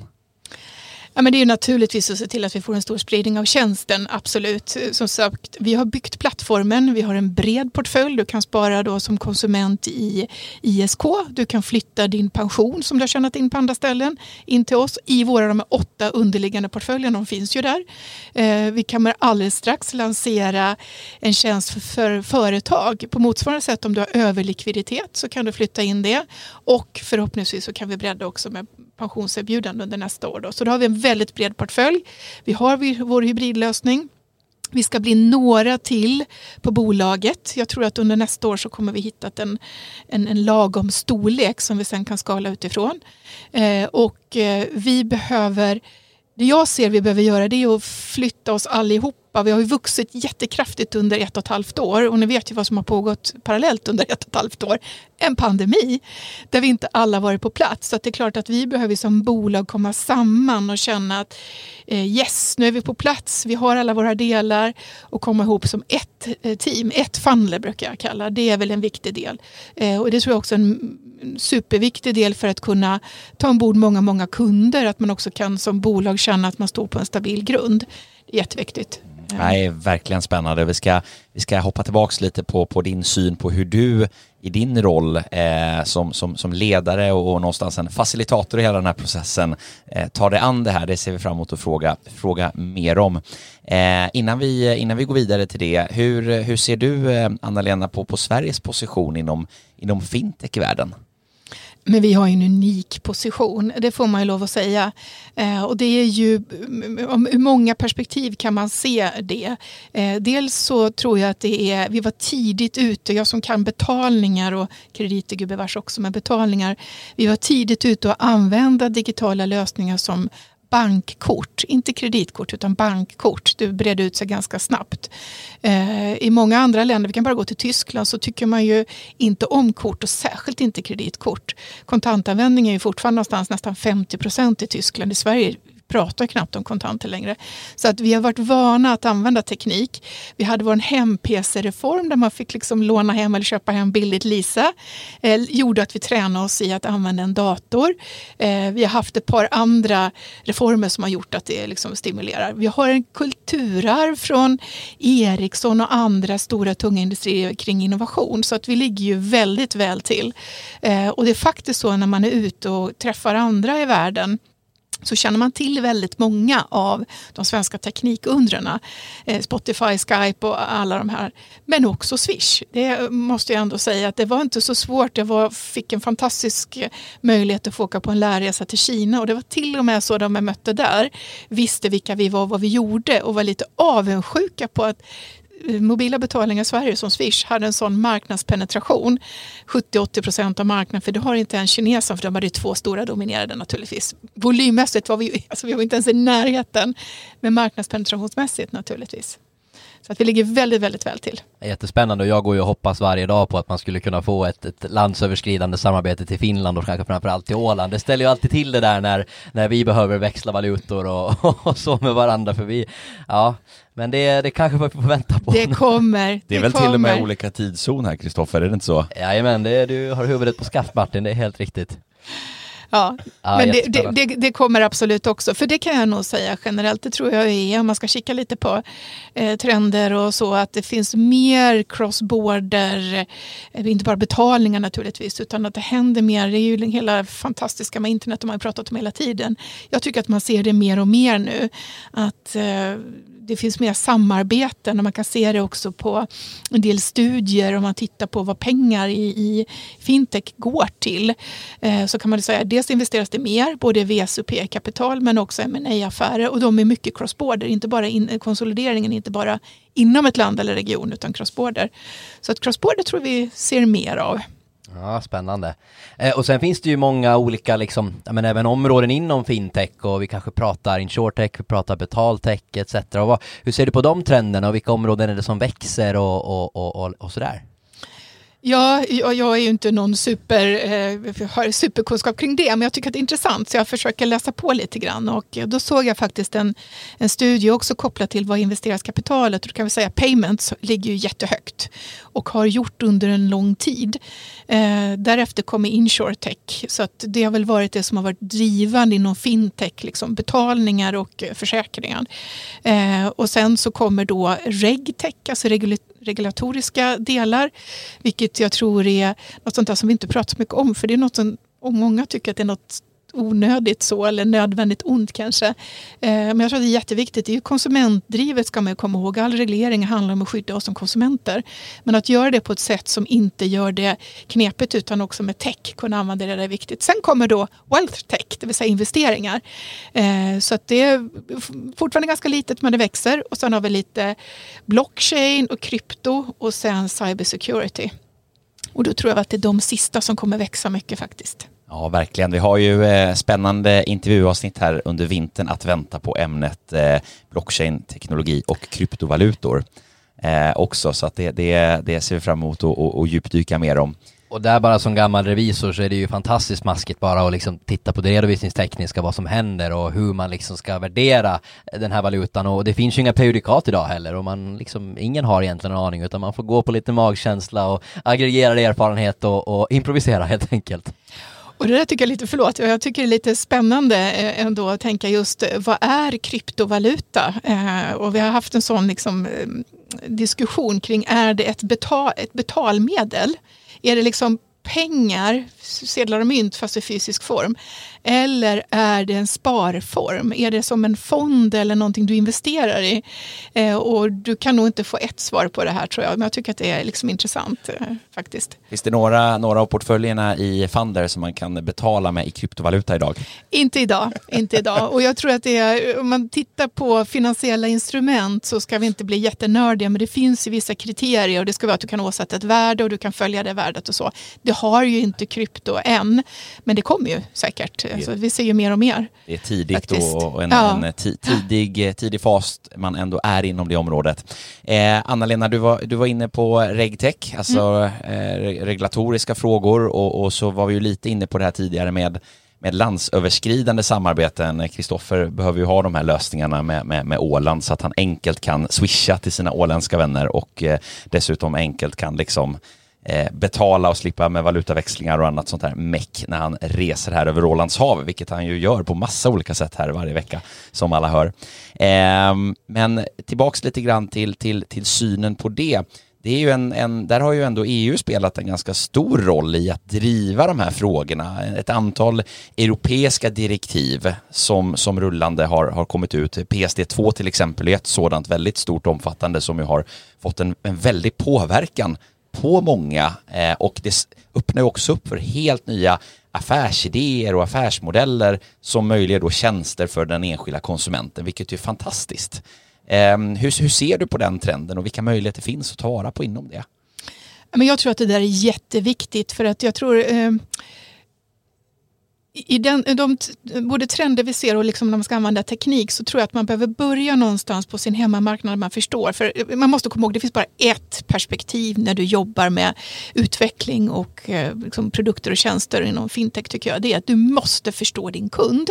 Ja, men det är ju naturligtvis att se till att vi får en stor spridning av tjänsten, absolut. Som sagt, vi har byggt plattformen, vi har en bred portfölj. Du kan spara då som konsument i I S K. Du kan flytta din pension som du har tjänat in på andra ställen in till oss. I våra de åtta underliggande portföljen, de finns ju där. Eh, vi kommer alldeles strax lansera en tjänst för, för företag. På motsvarande sätt om du har överlikviditet så kan du flytta in det. Och förhoppningsvis så kan vi bredda också med pensionserbjudande under nästa år. Då. Så då har vi en väldigt bred portfölj. Vi har vår hybridlösning. Vi ska bli några till på bolaget. Jag tror att under nästa år så kommer vi hitta en, en, en lagom storlek som vi sen kan skala utifrån. Eh, och eh, vi behöver, det jag ser vi behöver göra det är att flytta oss allihopa. Vi har ju vuxit jättekraftigt under ett och ett halvt år och ni vet ju vad som har pågått parallellt under ett och ett halvt år. En pandemi där vi inte alla varit på plats. Så att det är klart att vi behöver som bolag komma samman och känna att eh, yes, nu är vi på plats. Vi har alla våra delar och komma ihop som ett eh, team. Ett Fundler brukar jag kalla. Det är väl en viktig del. Eh, och det tror jag också är en, en superviktig del för att kunna ta ombord många, många kunder. Att man också kan som bolag känna att man står på en stabil grund. Det är jätteviktigt. Nej, verkligen spännande. Vi ska, vi ska hoppa tillbaka lite på, på din syn på hur du i din roll eh, som, som, som ledare och, och någonstans en facilitator i hela den här processen eh, tar dig an det här. Det ser vi fram emot att fråga, fråga mer om. Eh, innan, vi, innan vi går vidare till det, hur, hur ser du eh, Anna-Lena på, på Sveriges position inom, inom fintech-världen? Men vi har en unik position, det får man ju lov att säga. Eh, och det är ju, om ur många perspektiv kan man se det. Eh, dels så tror jag att det är, vi var tidigt ute, jag som kan betalningar och krediter gubevars också med betalningar. Vi var tidigt ute och använda digitala lösningar som bankkort, inte kreditkort utan bankkort. Det bredde ut sig ganska snabbt. Eh, I många andra länder, vi kan bara gå till Tyskland, så tycker man ju inte om kort och särskilt inte kreditkort. Kontantanvändning är ju fortfarande någonstans nästan femtio procent i Tyskland. I Sverige pratar knappt om kontanter längre. Så att vi har varit vana att använda teknik. Vi hade vår hem-P C-reform där man fick liksom låna hem eller köpa hem billigt Lisa. Eh, gjorde att vi tränade oss i att använda en dator. Eh, vi har haft ett par andra reformer som har gjort att det liksom stimulerar. Vi har en kulturarv från Ericsson och andra stora tunga industrier kring innovation. Så att vi ligger ju väldigt väl till. Eh, och det är faktiskt så när man är ute och träffar andra i världen så känner man till väldigt många av de svenska teknikundrarna. Eh, Spotify, Skype och alla de här. Men också Swish. Det måste jag ändå säga att det var inte så svårt. Jag var, fick en fantastisk möjlighet att få åka på en lärresa till Kina. Och det var till och med så de jag mötte där visste vilka vi var och vad vi gjorde. Och var lite avundsjuka på att mobila betalningar i Sverige som Swish hade en sån marknadspenetration, sjuttio till åttio procent av marknaden, för det har inte en kinesen, för de hade två stora dominerade naturligtvis. Volymmässigt var vi, alltså vi var inte ens i närheten, men marknadspenetrationsmässigt naturligtvis. Så att vi ligger väldigt, väldigt väl till. Jättespännande, och jag går ju och hoppas varje dag på att man skulle kunna få ett, ett landsöverskridande samarbete till Finland och kanske framförallt till Åland. Det ställer ju alltid till det där när, när vi behöver växla valutor och, och så med varandra, för vi, ja, men det, det kanske vi får vänta på. Det kommer. Det, det är väl kommer. Till och med olika tidszon här, Kristoffer, är det inte så? Jajamän, det, du har huvudet på skaft, Martin, det är helt riktigt. Ja, ja, men det, det, det, det kommer absolut också. För det kan jag nog säga generellt. Det tror jag är, om man ska kika lite på eh, trender och så, att det finns mer cross-border, eh, inte bara betalningar naturligtvis, utan att det händer mer. Det är ju hela fantastiska med internet, de har ju pratat om hela tiden. Jag tycker att man ser det mer och mer nu. Att eh, det finns mer samarbeten, och man kan se det också på en del studier. Om man tittar på vad pengar i, i fintech går till, eh, så kan man säga att dels investeras det mer, både V S och P-kapital, men också M and A-affärer, och de är mycket cross-border, inte bara in, konsolideringen inte bara inom ett land eller region, utan cross-border. Så att cross-border tror vi ser mer av. Ja, spännande. Eh, och sen finns det ju många olika liksom, men även områden inom fintech, och vi kanske pratar insurtech, vi pratar betaltech et cetera. Och vad, hur ser du på de trenderna, och vilka områden är det som växer och, och, och, och, och sådär? Ja, jag, jag är ju inte någon super, eh, har superkunskap kring det, men jag tycker att det är intressant, så jag försöker läsa på lite grann, och då såg jag faktiskt en, en studie också kopplat till vad investeras kapitalet, och då kan vi säga payments ligger ju jättehögt och har gjort under en lång tid. Eh, därefter kommer insurtech, så att det har väl varit det som har varit drivande inom fintech, liksom betalningar och försäkringar. Eh, och sen så kommer då regtech, alltså regul- regulatoriska delar, vilket jag tror är något sånt där som vi inte pratar så mycket om, för det är något som, och många tycker att det är något onödigt så, eller nödvändigt ont kanske. Eh, men jag tror att det är jätteviktigt. Det är ju konsumentdrivet, ska man ju komma ihåg. All reglering handlar om att skydda oss som konsumenter. Men att göra det på ett sätt som inte gör det knepigt, utan också med tech kunna använda det, det är viktigt. Sen kommer då wealth tech, det vill säga investeringar. Eh, så att det är fortfarande ganska litet, men det växer. Och sen har vi lite blockchain och krypto, och sen cybersecurity. Och då tror jag att det är de sista som kommer växa mycket faktiskt. Ja, verkligen. Vi har ju eh, spännande intervjuavsnitt här under vintern att vänta på ämnet eh, blockchain, teknologi och kryptovalutor eh, också. Så att det, det, det ser vi fram emot att och, och djupdyka mer om. Och där bara som gammal revisor så är det ju fantastiskt maskigt bara att liksom titta på det redovisningstekniska, vad som händer och hur man liksom ska värdera den här valutan. Och det finns ju inga prejudikat idag heller, och man liksom, ingen har egentligen en aning, utan man får gå på lite magkänsla och aggregera erfarenhet och, och improvisera helt enkelt. Och det där tycker jag lite, förlåt, jag tycker det är lite spännande ändå att tänka just, vad är kryptovaluta? Eh, och vi har haft en sån liksom, diskussion kring, är det ett, betal, ett betalmedel? Är det liksom pengar, sedlar och mynt fast i fysisk form? Eller är det en sparform? Är det som en fond eller någonting du investerar i? Eh, och du kan nog inte få ett svar på det här, tror jag. Men jag tycker att det är liksom intressant eh, faktiskt. Finns det några, några av portföljerna i Funder som man kan betala med i kryptovaluta idag? Inte idag, inte idag. Och jag tror att det är, om man tittar på finansiella instrument så ska vi inte bli jättenördiga, men det finns ju vissa kriterier, och det ska vara att du kan åsätta ett värde och du kan följa det värdet och så. Det har ju inte krypto än, men det kommer ju säkert. Alltså, vi ser ju mer och mer. Det är tidigt och en, ja. en t- tidig, tidig fas man ändå är inom det området. Eh, Anna-Lena, du var, du var inne på regtech, alltså mm. eh, regulatoriska frågor, och, och så var vi ju lite inne på det här tidigare med med landsöverskridande samarbeten. Kristoffer behöver ju ha de här lösningarna med, med, med Åland, så att han enkelt kan swisha till sina åländska vänner, och eh, dessutom enkelt kan liksom eh, betala och slippa med valutaväxlingar och annat sånt här meck när han reser här över Ålands hav, vilket han ju gör på massa olika sätt här varje vecka, som alla hör. Eh, men tillbaks lite grann till, till, till synen på det. det är ju en, en, där har ju ändå E U spelat en ganska stor roll i att driva de här frågorna. Ett antal europeiska direktiv som, som rullande har, har kommit ut. P S D två till exempel är ett sådant väldigt stort omfattande som ju har fått en, en väldig påverkan på många eh, och det öppnar också upp för helt nya affärsidéer och affärsmodeller som möjliggör då tjänster för den enskilda konsumenten, vilket är fantastiskt. Eh, hur, hur ser du på den trenden och vilka möjligheter finns att ta vara på inom det? Men jag tror att det där är jätteviktigt för att jag tror eh, i den, de, både trender vi ser och liksom när man ska använda teknik så tror jag att man behöver börja någonstans på sin hemmamarknad man förstår. För man måste komma ihåg, det finns bara ett perspektiv när du jobbar med utveckling och eh, liksom produkter och tjänster inom fintech tycker jag. Det är att du måste förstå din kund.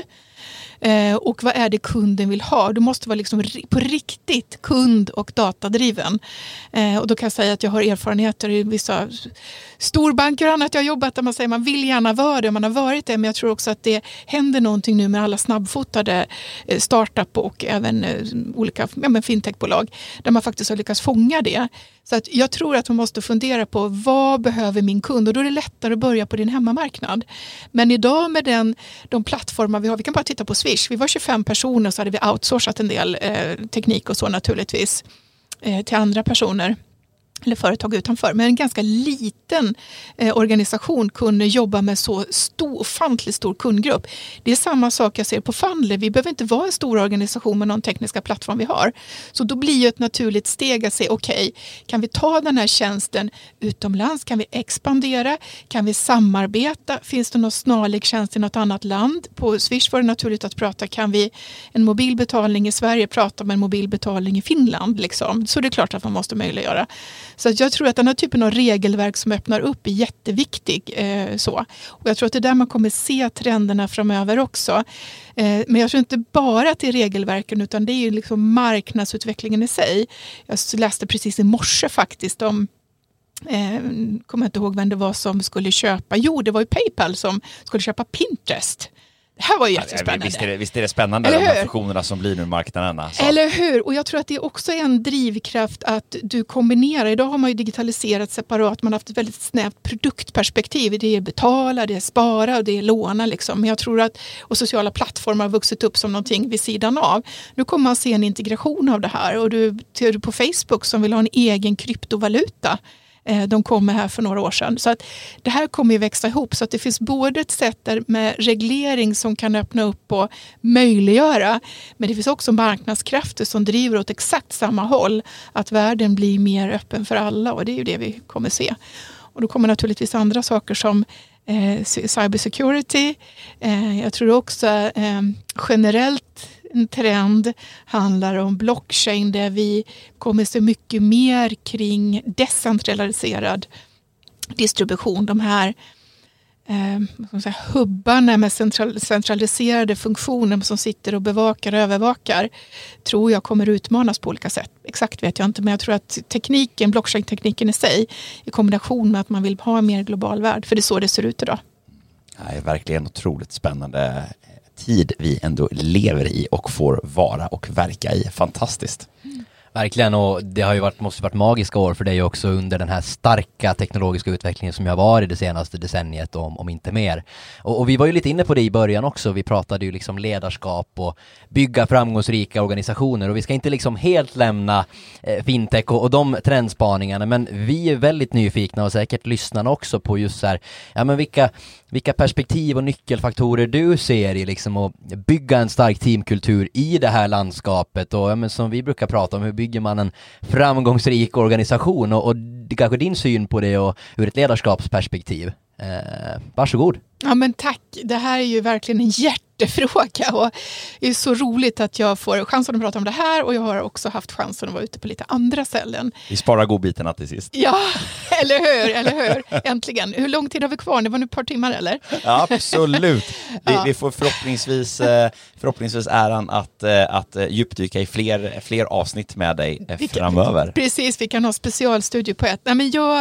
Eh, och vad är det kunden vill ha? Du måste vara liksom på riktigt kund- och datadriven. Eh, och då kan jag säga att jag har erfarenheter i vissa storbanker och annat jag har jobbat där man säger att man vill gärna vara det, man har varit det, men jag tror också att det händer någonting nu med alla snabbfotade eh, startup och även eh, olika ja, men fintechbolag där man faktiskt har lyckats fånga det. Så att jag tror att man måste fundera på vad behöver min kund och då är det lättare att börja på din hemmamarknad. Men idag med den, de plattformar vi har, vi kan bara titta på Swish, vi var tjugofem personer så hade vi outsourcat en del eh, teknik och så naturligtvis eh, till andra personer eller företag utanför. Men en ganska liten eh, organisation kunde jobba med så stor, ofantligt stor kundgrupp. Det är samma sak jag ser på Fundly. Vi behöver inte vara en stor organisation med någon tekniska plattform vi har. Så då blir ju ett naturligt steg att säga okej, okay, kan vi ta den här tjänsten utomlands? Kan vi expandera? Kan vi samarbeta? Finns det någon snarlik tjänst i något annat land? På Swish var det naturligt att prata, kan vi en mobilbetalning i Sverige prata med en mobilbetalning i Finland? Liksom? Så det är klart att man måste möjliggöra. Så att jag tror att den här typen av regelverk som öppnar upp är jätteviktig. Eh, så. Och jag tror att det är där man kommer se trenderna framöver också. Eh, men jag tror inte bara att det är regelverken utan det är ju liksom marknadsutvecklingen i sig. Jag läste precis i morse faktiskt om Eh, kommer inte ihåg vem det var som skulle köpa. Jo, det var ju PayPal som skulle köpa Pinterest. Det här var ju jättespännande. Visst är det, visst är det spännande de här fusionerna som blir nu i marknaden. Så. Eller hur? Och jag tror att det är också en drivkraft att du kombinerar. Idag har man ju digitaliserat separat. Man har haft ett väldigt snävt produktperspektiv. Det är betala, det är spara och det är låna. Liksom. Men jag tror att och sociala plattformar har vuxit upp som någonting vid sidan av. Nu kommer man se en integration av det här. Och du ser du på Facebook som vill ha en egen kryptovaluta. De kom här för några år sedan. Så att det här kommer ju växa ihop så att det finns både ett sätt där med reglering som kan öppna upp och möjliggöra. Men det finns också marknadskrafter som driver åt exakt samma håll. Att världen blir mer öppen för alla och det är ju det vi kommer se. Och då kommer naturligtvis andra saker som eh, cybersecurity. Eh, jag tror också eh, generellt en trend handlar om blockchain där vi kommer se mycket mer kring decentraliserad distribution. De här eh, säga, hubbarna med central, centraliserade funktioner som sitter och bevakar och övervakar tror jag kommer utmanas på olika sätt. Exakt vet jag inte, men jag tror att tekniken, blockchain-tekniken i sig i kombination med att man vill ha en mer global värld, för det är så det ser ut idag. Det är verkligen otroligt spännande tid vi ändå lever i och får vara och verka i. Fantastiskt. Mm. Verkligen, och det har ju varit, måste varit magiska år för dig också under den här starka teknologiska utvecklingen som har varit det senaste decenniet, om, om inte mer. Och, och vi var ju lite inne på det i början också. Vi pratade ju liksom ledarskap och bygga framgångsrika organisationer, och vi ska inte liksom helt lämna eh, fintech och, och de trendspaningarna, men vi är väldigt nyfikna och säkert lyssnarna också på just så här, ja men vilka vilka perspektiv och nyckelfaktorer du ser i liksom att bygga en stark teamkultur i det här landskapet, och ja, men som vi brukar prata om, hur bygger man en framgångsrik organisation, och, och kanske din syn på det och ur ett ledarskapsperspektiv. Eh, varsågod. Ja men tack, det här är ju verkligen en hjärtefråga och det är så roligt att jag får chansen att prata om det här, och jag har också haft chansen att vara ute på lite andra ställen. Vi sparar godbitarna till sist. Ja, eller hur, eller hur, äntligen. Hur lång tid har vi kvar? Det var nu ett par timmar eller? Ja, absolut. Vi, ja. vi får förhoppningsvis, förhoppningsvis äran att, att djupdyka i fler, fler avsnitt med dig vi kan, framöver. Precis, vi kan ha specialstudio på ett. Nej, men jag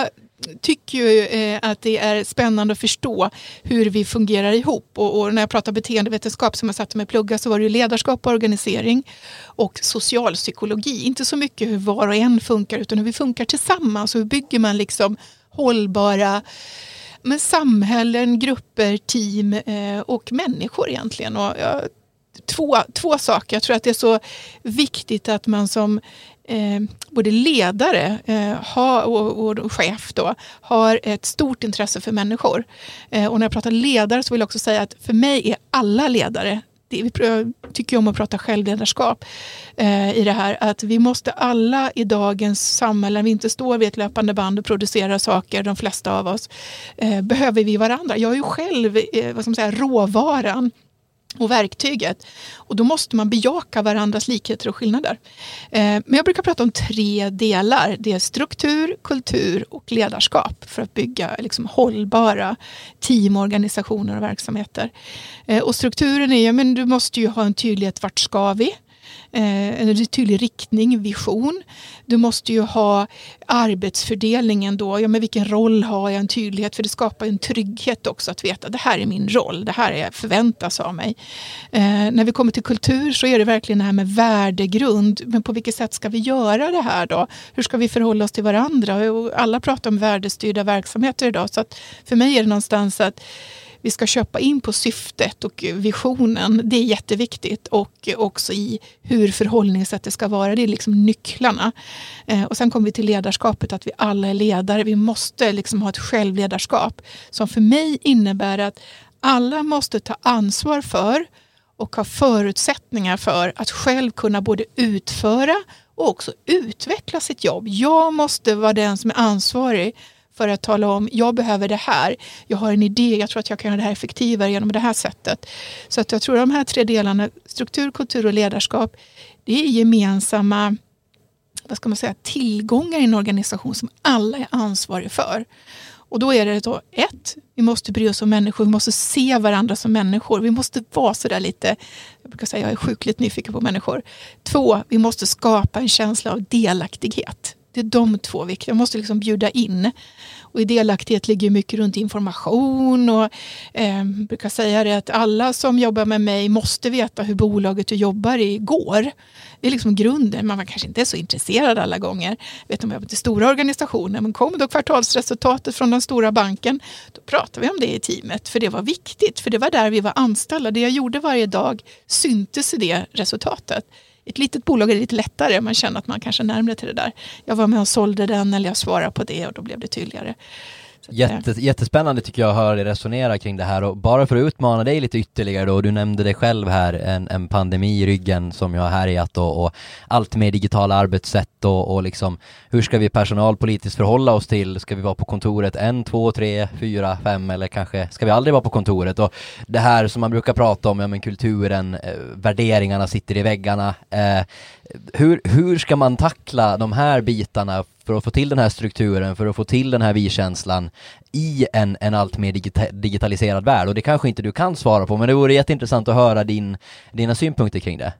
tycker ju eh, att det är spännande att förstå hur vi fungerar ihop. Och, och när jag pratar beteendevetenskap som jag satte mig plugga så var det ju ledarskap och organisering och socialpsykologi. Inte så mycket hur var och en funkar utan hur vi funkar tillsammans och hur bygger man liksom hållbara men samhällen, grupper, team eh, och människor egentligen. Och, ja, två, två saker. Jag tror att det är så viktigt att man som Eh, både ledare eh, ha, och, och chef då, har ett stort intresse för människor. Eh, och när jag pratar ledare så vill jag också säga att för mig är alla ledare, det, vi tycker om att prata självledarskap eh, i det här, att vi måste alla i dagens samhälle, vi inte står vid ett löpande band och producerar saker, de flesta av oss, eh, behöver vi varandra. Jag är ju själv eh, vad ska man säga, råvaran och verktyget. Och då måste man bejaka varandras likheter och skillnader. Eh, men jag brukar prata om tre delar. Det är struktur, kultur och ledarskap för att bygga liksom, hållbara teamorganisationer och verksamheter. Eh, och strukturen är, ja, men du måste ju ha en tydlighet, vart ska vi? Eh, en tydlig riktning, vision. Du måste ju ha arbetsfördelningen då. Ja, men vilken roll har jag? En tydlighet, för det skapar en trygghet också att veta det här är min roll, det här är förväntas av mig. Eh, när vi kommer till kultur så är det verkligen det här med värdegrund. Men på vilket sätt ska vi göra det här då? Hur ska vi förhålla oss till varandra? Och alla pratar om värdestyrda verksamheter idag, så att för mig är det någonstans att vi ska köpa in på syftet och visionen. Det är jätteviktigt. Och också i hur förhållningssättet ska vara. Det är liksom nycklarna. Eh, och sen kommer vi till ledarskapet. Att vi alla är ledare. Vi måste liksom ha ett självledarskap. Som för mig innebär att alla måste ta ansvar för och ha förutsättningar för att själv kunna både utföra och också utveckla sitt jobb. Jag måste vara den som är ansvarig för att tala om, jag behöver det här. Jag har en idé, jag tror att jag kan göra det här effektivare genom det här sättet. Så att jag tror att de här tre delarna, struktur, kultur och ledarskap, det är gemensamma, vad ska man säga, tillgångar i en organisation som alla är ansvariga för. Och då är det då ett, vi måste bry oss om människor, vi måste se varandra som människor. Vi måste vara så där lite, jag brukar säga jag är sjukligt nyfiken på människor. Två, vi måste skapa en känsla av delaktighet. Det är de två viktiga. Jag måste liksom bjuda in. Och i delaktighet ligger mycket runt information. Och eh, brukar säga det att alla som jobbar med mig måste veta hur bolaget du jobbar i går. Det är liksom grunden. Man kanske inte är så intresserad alla gånger. Vet om jag jobbar till stora organisationer. Men kom då kvartalsresultatet från den stora banken. Då pratar vi om det i teamet. För det var viktigt. För det var där vi var anställda. Det jag gjorde varje dag syntes i det resultatet. Ett litet bolag är lite lättare. Man känner att man kanske är närmare till det där. Jag var med och sålde den eller jag svarade på det och då blev det tydligare. Jätte, jättespännande tycker jag att höra dig resonera kring det här, och bara för att utmana dig lite ytterligare då, du nämnde det själv här, en, en pandemi i ryggen som jag har härjat och, och allt med digitala arbetssätt och, och liksom hur ska vi personalpolitiskt förhålla oss till, ska vi vara på kontoret en, två, tre, fyra, fem eller kanske ska vi aldrig vara på kontoret, och det här som man brukar prata om, ja men kulturen, eh, värderingarna sitter i väggarna, eh, hur, hur ska man tackla de här bitarna för att få till den här strukturen, för att få till den här vi-känslan i en, en allt mer digita- digitaliserad värld? Och det kanske inte du kan svara på, men det vore jätteintressant att höra din, dina synpunkter kring det.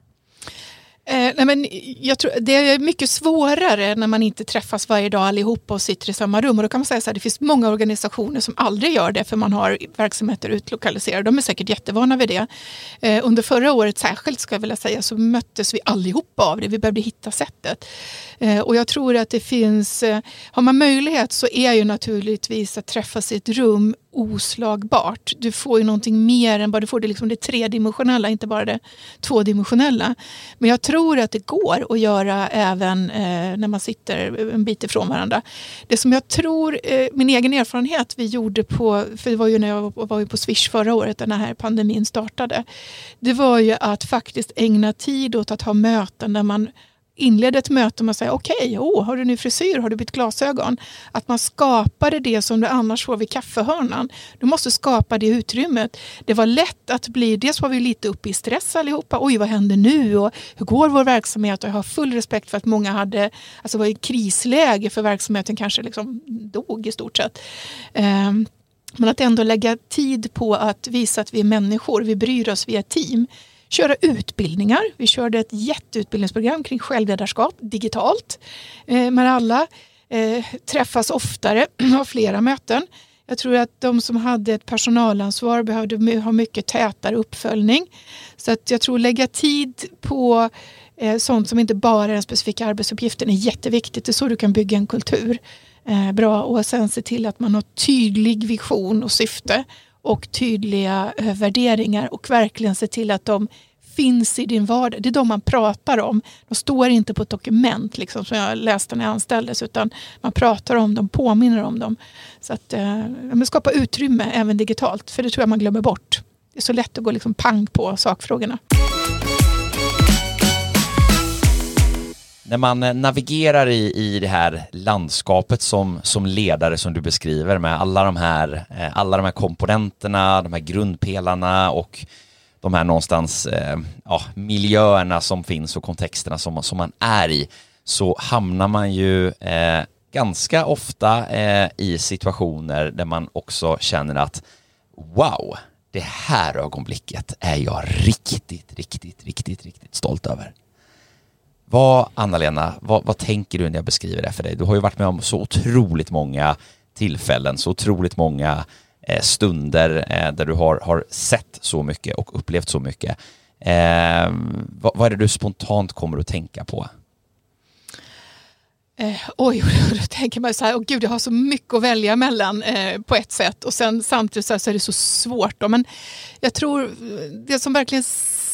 Eh, nej men jag tror, det är mycket svårare när man inte träffas varje dag allihopa och sitter i samma rum. Och då kan man säga så här, det finns många organisationer som aldrig gör det för man har verksamheter utlokaliserade. De är säkert jättevana vid det. Eh, under förra året särskilt ska jag vilja säga så möttes vi allihopa av det. Vi behövde hitta sättet. Eh, och jag tror att det finns, eh, har man möjlighet så är ju naturligtvis att träffas i ett rum oslagbart. Du får ju någonting mer än bara, du får det, liksom det tredimensionella, inte bara det tvådimensionella. Men jag tror att det går att göra även eh, när man sitter en bit ifrån varandra. Det som jag tror, eh, min egen erfarenhet vi gjorde på, för det var ju när jag var, var ju på Swish förra året när den här pandemin startade. Det var ju att faktiskt ägna tid åt att ha möten där man inledde ett möte och man säger okej, okay, oh, har du ny frisyr, har du bytt glasögon? Att man skapade det som du annars får vid kaffehörnan. Du måste skapa det utrymmet. Det var lätt att bli, dels var vi lite uppe i stress allihopa. Oj, vad händer nu? Och hur går vår verksamhet? Och jag har full respekt för att många hade, alltså var i krisläge för verksamheten kanske liksom dog i stort sett. Um, men att ändå lägga tid på att visa att vi är människor, vi bryr oss, vi är ett team. Köra utbildningar. Vi körde ett jätteutbildningsprogram kring självledarskap digitalt eh, med alla. eh, träffas oftare, ha flera möten. Jag tror att de som hade ett personalansvar behövde ha mycket tätare uppföljning. Så att jag tror lägga tid på eh, sånt som inte bara är den specifika arbetsuppgiften är jätteviktigt. Det är så du kan bygga en kultur eh, bra, och sen se till att man har tydlig vision och syfte och tydliga eh, värderingar, och verkligen se till att de finns i din vardag. Det är de man pratar om. De står inte på ett dokument liksom, som jag läste när jag anställdes, utan man pratar om dem, påminner om dem. Så att eh, skapa utrymme även digitalt, för det tror jag man glömmer bort. Det är så lätt att gå liksom pang på sakfrågorna. När man navigerar i, i det här landskapet som, som ledare som du beskriver, med alla de här, alla de här komponenterna, de här grundpelarna och de här någonstans eh, ja, miljöerna som finns och kontexterna som, som man är i, så hamnar man ju eh, ganska ofta eh, i situationer där man också känner att wow, det här ögonblicket är jag riktigt, riktigt, riktigt, riktigt stolt över. Vad, Anna-Lena, vad, vad tänker du när jag beskriver det för dig? Du har ju varit med om så otroligt många tillfällen, så otroligt många stunder eh, där du har, har sett så mycket och upplevt så mycket. Eh, vad, vad är det du spontant kommer att tänka på? Eh, oj, då tänker man så här, åh gud, jag har så mycket att välja mellan eh, på ett sätt, och sen samtidigt så, här, så är det så svårt då. Men jag tror det som verkligen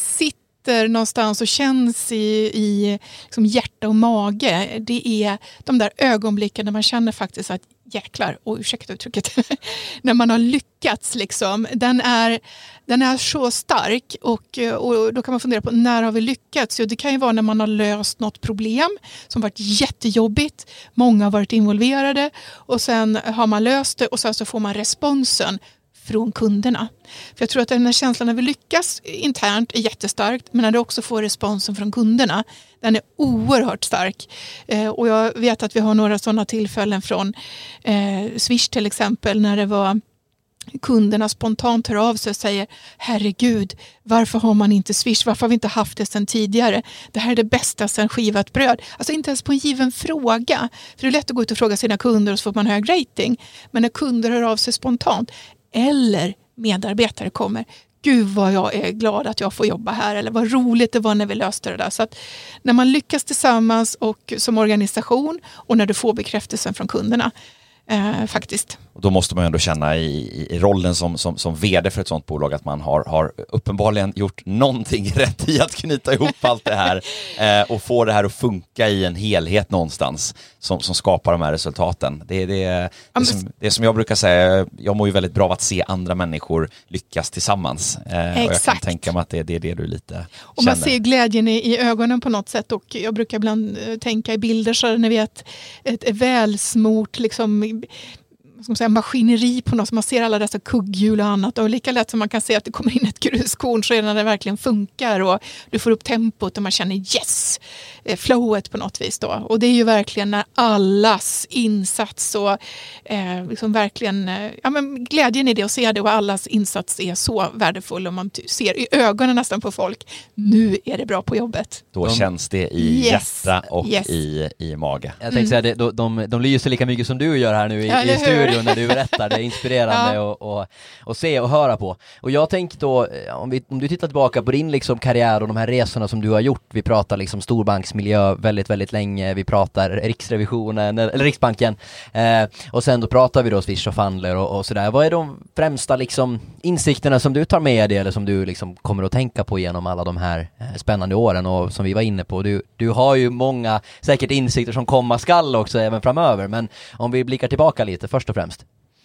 sitter någonstans och känns i, i liksom hjärta och mage, det är de där ögonblicken när man känner faktiskt att jäklar, och ursäkta uttrycket, när man har lyckats liksom, den är, den är så stark, och, och då kan man fundera på när har vi lyckats? Jo, det kan ju vara när man har löst något problem som varit jättejobbigt, många har varit involverade, och sen har man löst det, och sen så får man responsen från kunderna. För jag tror att den här känslan när vi lyckas internt är jättestarkt, men när du också får responsen från kunderna, den är oerhört stark. Eh, och jag vet att vi har några sådana tillfällen från eh, Swish till exempel, när det var kunderna spontant hör av sig och säger, herregud, varför har man inte Swish? Varför har vi inte haft det sedan tidigare? Det här är det bästa sedan skivat bröd. Alltså inte ens på en given fråga. För det är lätt att gå ut och fråga sina kunder och så får man hög rating. Men när kunder hör av sig spontant, eller medarbetare kommer, gud vad jag är glad att jag får jobba här, eller vad roligt det var när vi löste det där. Så att när man lyckas tillsammans och som organisation, och när du får bekräftelsen från kunderna, eh, faktiskt. Och då måste man ju ändå känna i, i rollen som, som, som vd för ett sådant bolag att man har, har uppenbarligen gjort någonting rätt i att knyta ihop allt det här eh, och få det här att funka i en helhet någonstans som, som skapar de här resultaten. Det, det, det, det, som, det som jag brukar säga, jag mår ju väldigt bra av att se andra människor lyckas tillsammans. Eh, och jag kan tänka mig att det, det är det du lite och känner. Man ser glädjen i, i ögonen på något sätt, och jag brukar ibland uh, tänka i bilder så när vi vet ett, ett välsmort liksom som säga, maskineri på något, som man ser alla dessa kugghjul och annat, och lika lätt som man kan se att det kommer in ett gruskorn, så är det när det verkligen funkar och du får upp tempot och man känner yes, flowet på något vis då. Och det är ju verkligen när allas insats och eh, liksom verkligen eh, ja, men glädjen i det och se det, och allas insats är så värdefull, och man t- ser i ögonen nästan på folk, nu är det bra på jobbet. Då de, känns det i yes, hjärta och yes. i, i mage. Jag tänkte mm. säga, det, de, de, de lyser lika mycket som du gör här nu i, ja, i studion när du berättar. Det är inspirerande ja. och, och, och se och höra på. Och jag tänkte då, om, vi, om du tittar tillbaka på din liksom karriär och de här resorna som du har gjort, vi pratar liksom storbanksmiljö väldigt, väldigt länge, vi pratar Riksrevisionen, eller Riksbanken, eh, och sen då pratar vi då Swish och Fundler och, och sådär. Vad är de främsta liksom insikterna som du tar med dig, eller som du liksom kommer att tänka på genom alla de här eh, spännande åren, och som vi var inne på, du, du har ju många säkert insikter som komma skall också även framöver, men om vi blickar tillbaka lite först och främst.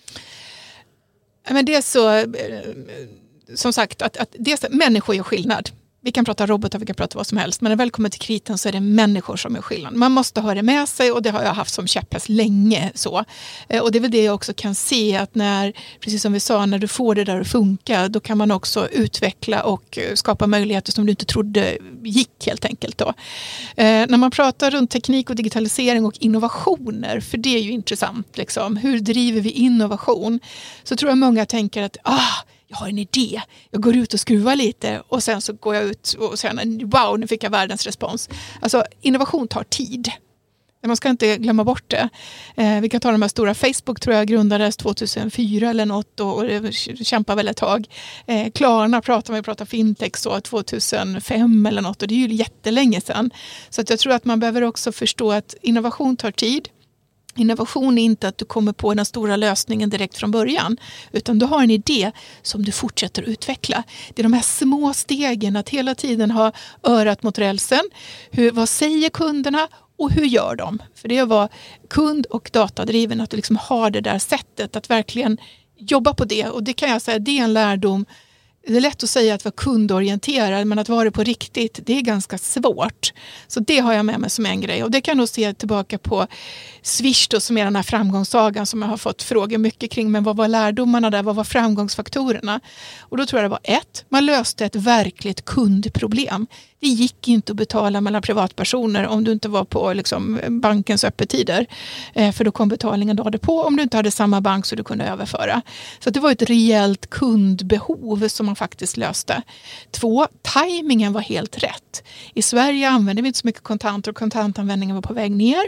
Men det är så, som sagt, att, att det är, människor gör skillnad. Vi kan prata robotar, vi kan prata vad som helst, men när det väl kommer till kritan så är det människor som är skillnad. Man måste ha det med sig, och det har jag haft som käpphäst länge. Så. Och det är väl det jag också kan se, att när, precis som vi sa, när du får det där att funka, då kan man också utveckla och skapa möjligheter som du inte trodde gick, helt enkelt. Då. Eh, när man pratar runt teknik och digitalisering och innovationer, för det är ju intressant, liksom. Hur driver vi innovation? Så tror jag många tänker att ah, jag har en idé, jag går ut och skruvar lite, och sen så går jag ut och säger wow, nu fick jag världens respons. Alltså innovation tar tid. Man ska inte glömma bort det. Eh, vi kan ta de här stora. Facebook tror jag grundades tjugohundrafyra eller något och, och det kämpar väl ett tag. Eh, Klarna pratar man, vi pratar fintech så tjugohundrafem eller något och det är ju jättelänge sedan. Så att jag tror att man behöver också förstå att innovation tar tid. Innovation är inte att du kommer på den stora lösningen direkt från början, utan du har en idé som du fortsätter utveckla. Det är de här små stegen, att hela tiden ha örat mot rälsen. Hur, vad säger kunderna och hur gör de? För det är att vara kund- och datadriven, att du liksom har det där sättet att verkligen jobba på det. Och det kan jag säga, det är en lärdom. Det är lätt att säga att vara kundorienterad, men att vara det på riktigt, det är ganska svårt. Så det har jag med mig som en grej. Och det kan jag nog se tillbaka på Swish då, som är den här framgångssagan som jag har fått frågor mycket kring. Men vad var lärdomarna där? Vad var framgångsfaktorerna? Och då tror jag det var ett, man löste ett verkligt kundproblem. Det gick inte att betala mellan privatpersoner om du inte var på liksom, bankens öppettider. Eh, för då kom betalningen dagen på om du inte hade samma bank så du kunde överföra. Så det var ett rejält kundbehov som man faktiskt löste. Två, tajmingen var helt rätt. I Sverige använde vi inte så mycket kontanter och kontantanvändningen var på väg ner.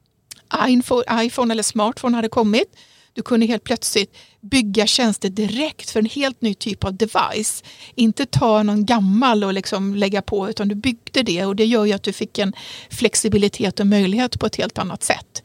iPhone, iPhone eller smartphone hade kommit. Du kunde helt plötsligt bygga tjänster direkt för en helt ny typ av device. Inte ta någon gammal och liksom lägga på, utan du byggde det. Och det gör ju att du fick en flexibilitet och möjlighet på ett helt annat sätt.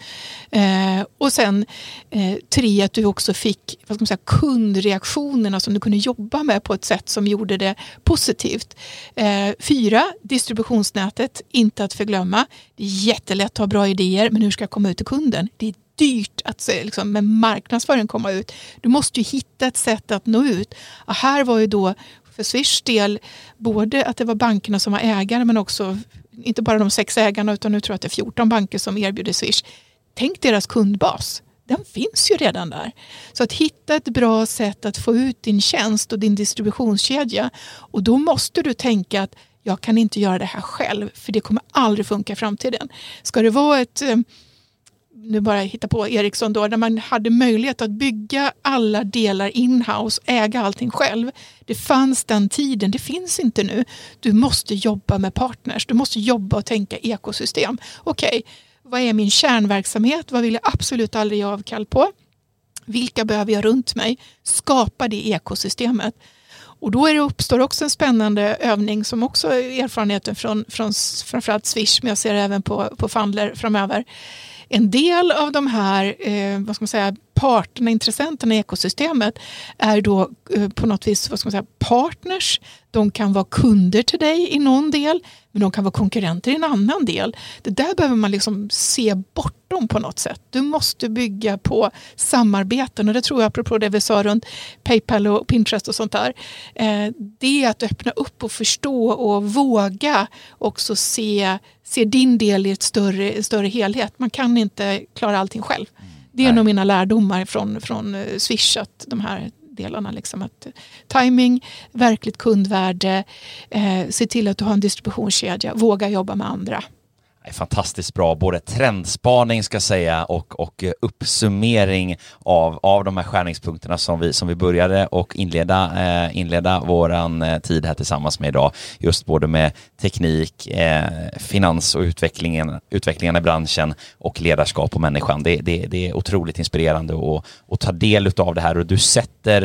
Eh, och sen eh, tre, att du också fick vad ska man säga, kundreaktionerna som du kunde jobba med på ett sätt som gjorde det positivt. Eh, fyra, distributionsnätet, inte att förglömma. Det är jättelätt att ha bra idéer, men hur ska jag komma ut till kunden? Det är dyrt att se, liksom, med marknadsföring komma ut. Du måste ju hitta ett sätt att nå ut. Och här var ju då för Swish del både att det var bankerna som var ägare, men också inte bara de sex ägarna, utan nu tror jag att det är fjorton banker som erbjuder Swish. Tänk deras kundbas. Den finns ju redan där. Så att hitta ett bra sätt att få ut din tjänst och din distributionskedja. Och då måste du tänka att jag kan inte göra det här själv, för det kommer aldrig funka i framtiden. Ska det vara ett... nu bara hitta på Ericsson då, där man hade möjlighet att bygga alla delar in-house, äga allting själv. Det fanns den tiden, det finns inte nu. Du måste jobba med partners, du måste jobba och tänka ekosystem. Okej, okay, vad är min kärnverksamhet? Vad vill jag absolut aldrig ge avkall på? Vilka behöver jag runt mig? Skapa det ekosystemet. Och då är det, uppstår också en spännande övning som också är erfarenheten från, från framförallt Swish, men jag ser även på, på Fundler framöver. En del av de här eh, vad ska man säga, parterna, intressenterna i ekosystemet är då eh, på något vis vad ska man säga, partners. De kan vara kunder till dig i någon del, men de kan vara konkurrenter i en annan del. Det där behöver man liksom se bortom på något sätt. Du måste bygga på samarbeten, och det tror jag apropå det vi sa runt PayPal och Pinterest och sånt där. Eh, det är att öppna upp och förstå och våga också se, se din del i ett större, en större helhet. Man kan inte klara allting själv. Det är Nej. nog mina lärdomar från, från Swish, att de här delarna, liksom att timing, verkligt kundvärde, eh, se till att du har en distributionskedja, våga jobba med andra. Fantastiskt bra, både trendspaning ska säga och, och uppsummering av, av de här skärningspunkterna som vi, som vi började och inleda, eh, inleda våran eh, tid här tillsammans med idag. Just både med teknik, eh, finans och utvecklingen, utvecklingen i branschen och ledarskap och människan. Det, det, det är otroligt inspirerande att, att ta del av det här, och du sätter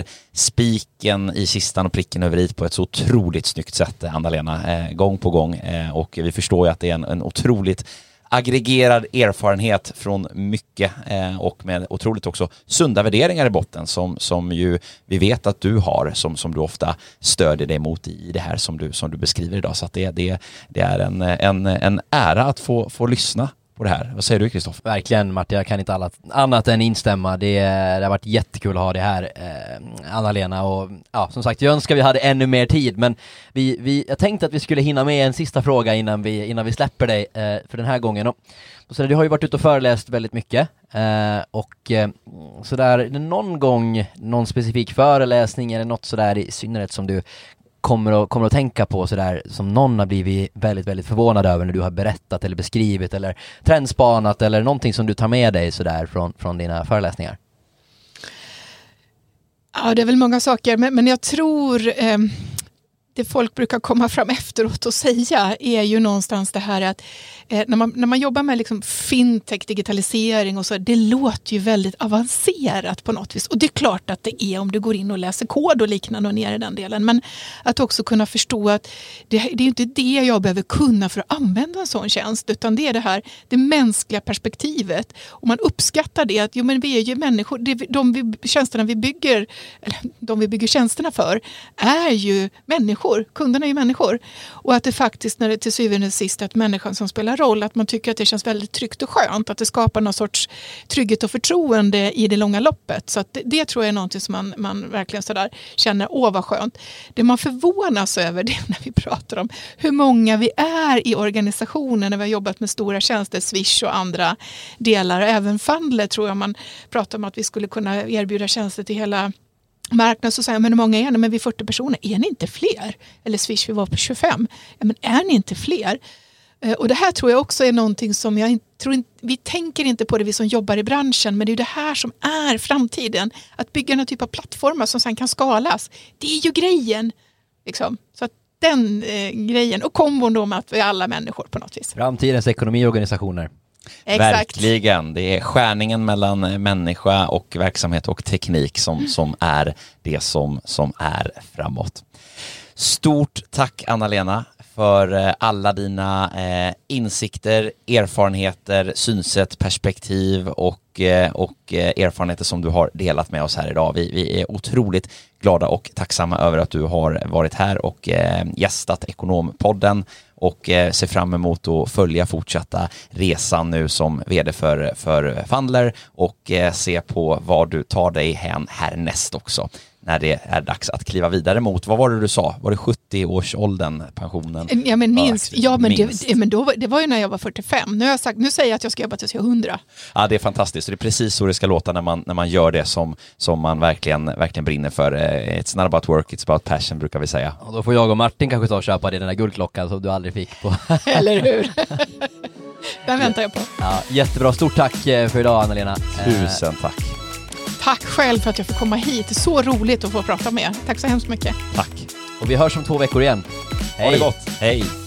spiken i kistan och pricken över i på ett så otroligt snyggt sätt, Anna-Lena, eh, gång på gång. Eh, och vi förstår ju att det är en, en otroligt aggregerad erfarenhet från mycket eh, och med otroligt också sunda värderingar i botten som, som ju vi vet att du har, som, som du ofta stödjer dig mot i det här som du, som du beskriver idag. Så att det, det, det är en, en, en ära att få, få lyssna på det här. Vad säger du, Kristoffer? Verkligen, Martin, jag kan inte annat, annat än instämma. Det, det har varit jättekul att ha det här, eh, Anna-Lena, och ja, som sagt, jag önskar vi hade ännu mer tid, men vi, vi, jag tänkte att vi skulle hinna med en sista fråga innan vi, innan vi släpper dig eh, för den här gången. Och, och så, du har ju varit ute och föreläst väldigt mycket eh, och eh, sådär, någon gång någon specifik föreläsning eller något sådär i synnerhet som du kommer att, kommer att tänka på sådär, som någon har blivit väldigt, väldigt förvånad över när du har berättat eller beskrivit eller trendspanat eller någonting som du tar med dig sådär från, från dina föreläsningar? Ja, det är väl många saker, men, men jag tror eh, det folk brukar komma fram efteråt och säga är ju någonstans det här att eh, när, man, när man jobbar med liksom fintech, digitalisering och så, det låter ju väldigt avancerat på något vis. Och det är klart att det är om du går in och läser kod och liknande och ner i den delen. Men att också kunna förstå att det, det är ju inte det jag behöver kunna för att använda en sån tjänst, utan det är det här, det mänskliga perspektivet. Och man uppskattar det, att jo, men vi är ju människor, det, de vi, tjänsterna vi bygger, eller de vi bygger tjänsterna för, är ju människor. Kunderna är ju människor. Och att det faktiskt, när det till syvende och sist är att människan som spelar roll, att man tycker att det känns väldigt tryggt och skönt, att det skapar någon sorts trygghet och förtroende i det långa loppet. Så att det, det tror jag är någonting som man, man verkligen så där känner, åh vad skönt. Det man förvånas över, det när vi pratar om hur många vi är i organisationen när vi har jobbat med stora tjänster, Swish och andra delar. Även Fundler tror jag man pratar om att vi skulle kunna erbjuda tjänster till hela marknaden. Så säger jag, men hur många är ni? Men vi är fyrtio personer. Är ni inte fler? Eller Swish, vi var på tjugofem. Ja, men är ni inte fler? Och det här tror jag också är någonting som jag tror inte, vi tänker inte på det, vi som jobbar i branschen, men det är det här som är framtiden. Att bygga en typ av plattformar som sen kan skalas. Det är ju grejen. Liksom. Så att den eh, grejen, och kombon då med att vi är alla människor på något vis. Framtidens ekonomiorganisationer. Exakt. Verkligen, det är skärningen mellan människa och verksamhet och teknik som, som är det som, som är framåt. Stort tack Anna-Lena för alla dina eh, insikter, erfarenheter, synsätt, perspektiv och, eh, och erfarenheter som du har delat med oss här idag. Vi, vi är otroligt glada och tacksamma över att du har varit här och eh, gästat Ekonompodden och eh, ser fram emot att följa fortsatta resan nu som vd för, för Fundler och eh, se på vad du tar dig hän härnäst också. När det är dags att kliva vidare mot, vad var det du sa? Var det sjuttio-årsåldern, pensionen? Ja, men minst. Ja, ja, men, minst. Det, men då, det var ju när jag var fyrtiofem. Nu, har jag sagt, nu säger jag att jag ska jobba tills jag är hundra. Ja, det är fantastiskt. Och det är precis så det ska låta när man, när man gör det som, som man verkligen, verkligen brinner för. It's not about work, it's about passion, brukar vi säga. Och då får jag och Martin kanske ta och köpa dig den där guldklockan som du aldrig fick på. Eller hur? Den väntar jag på. Ja, jättebra. Stort tack för idag, Anna-Lena. Tusen tack. Tack själv för att jag får komma hit. Det är så roligt att få prata med er. Tack så hemskt mycket. Tack. Och vi hörs om två veckor igen. Hej. Ha det gott. Hej.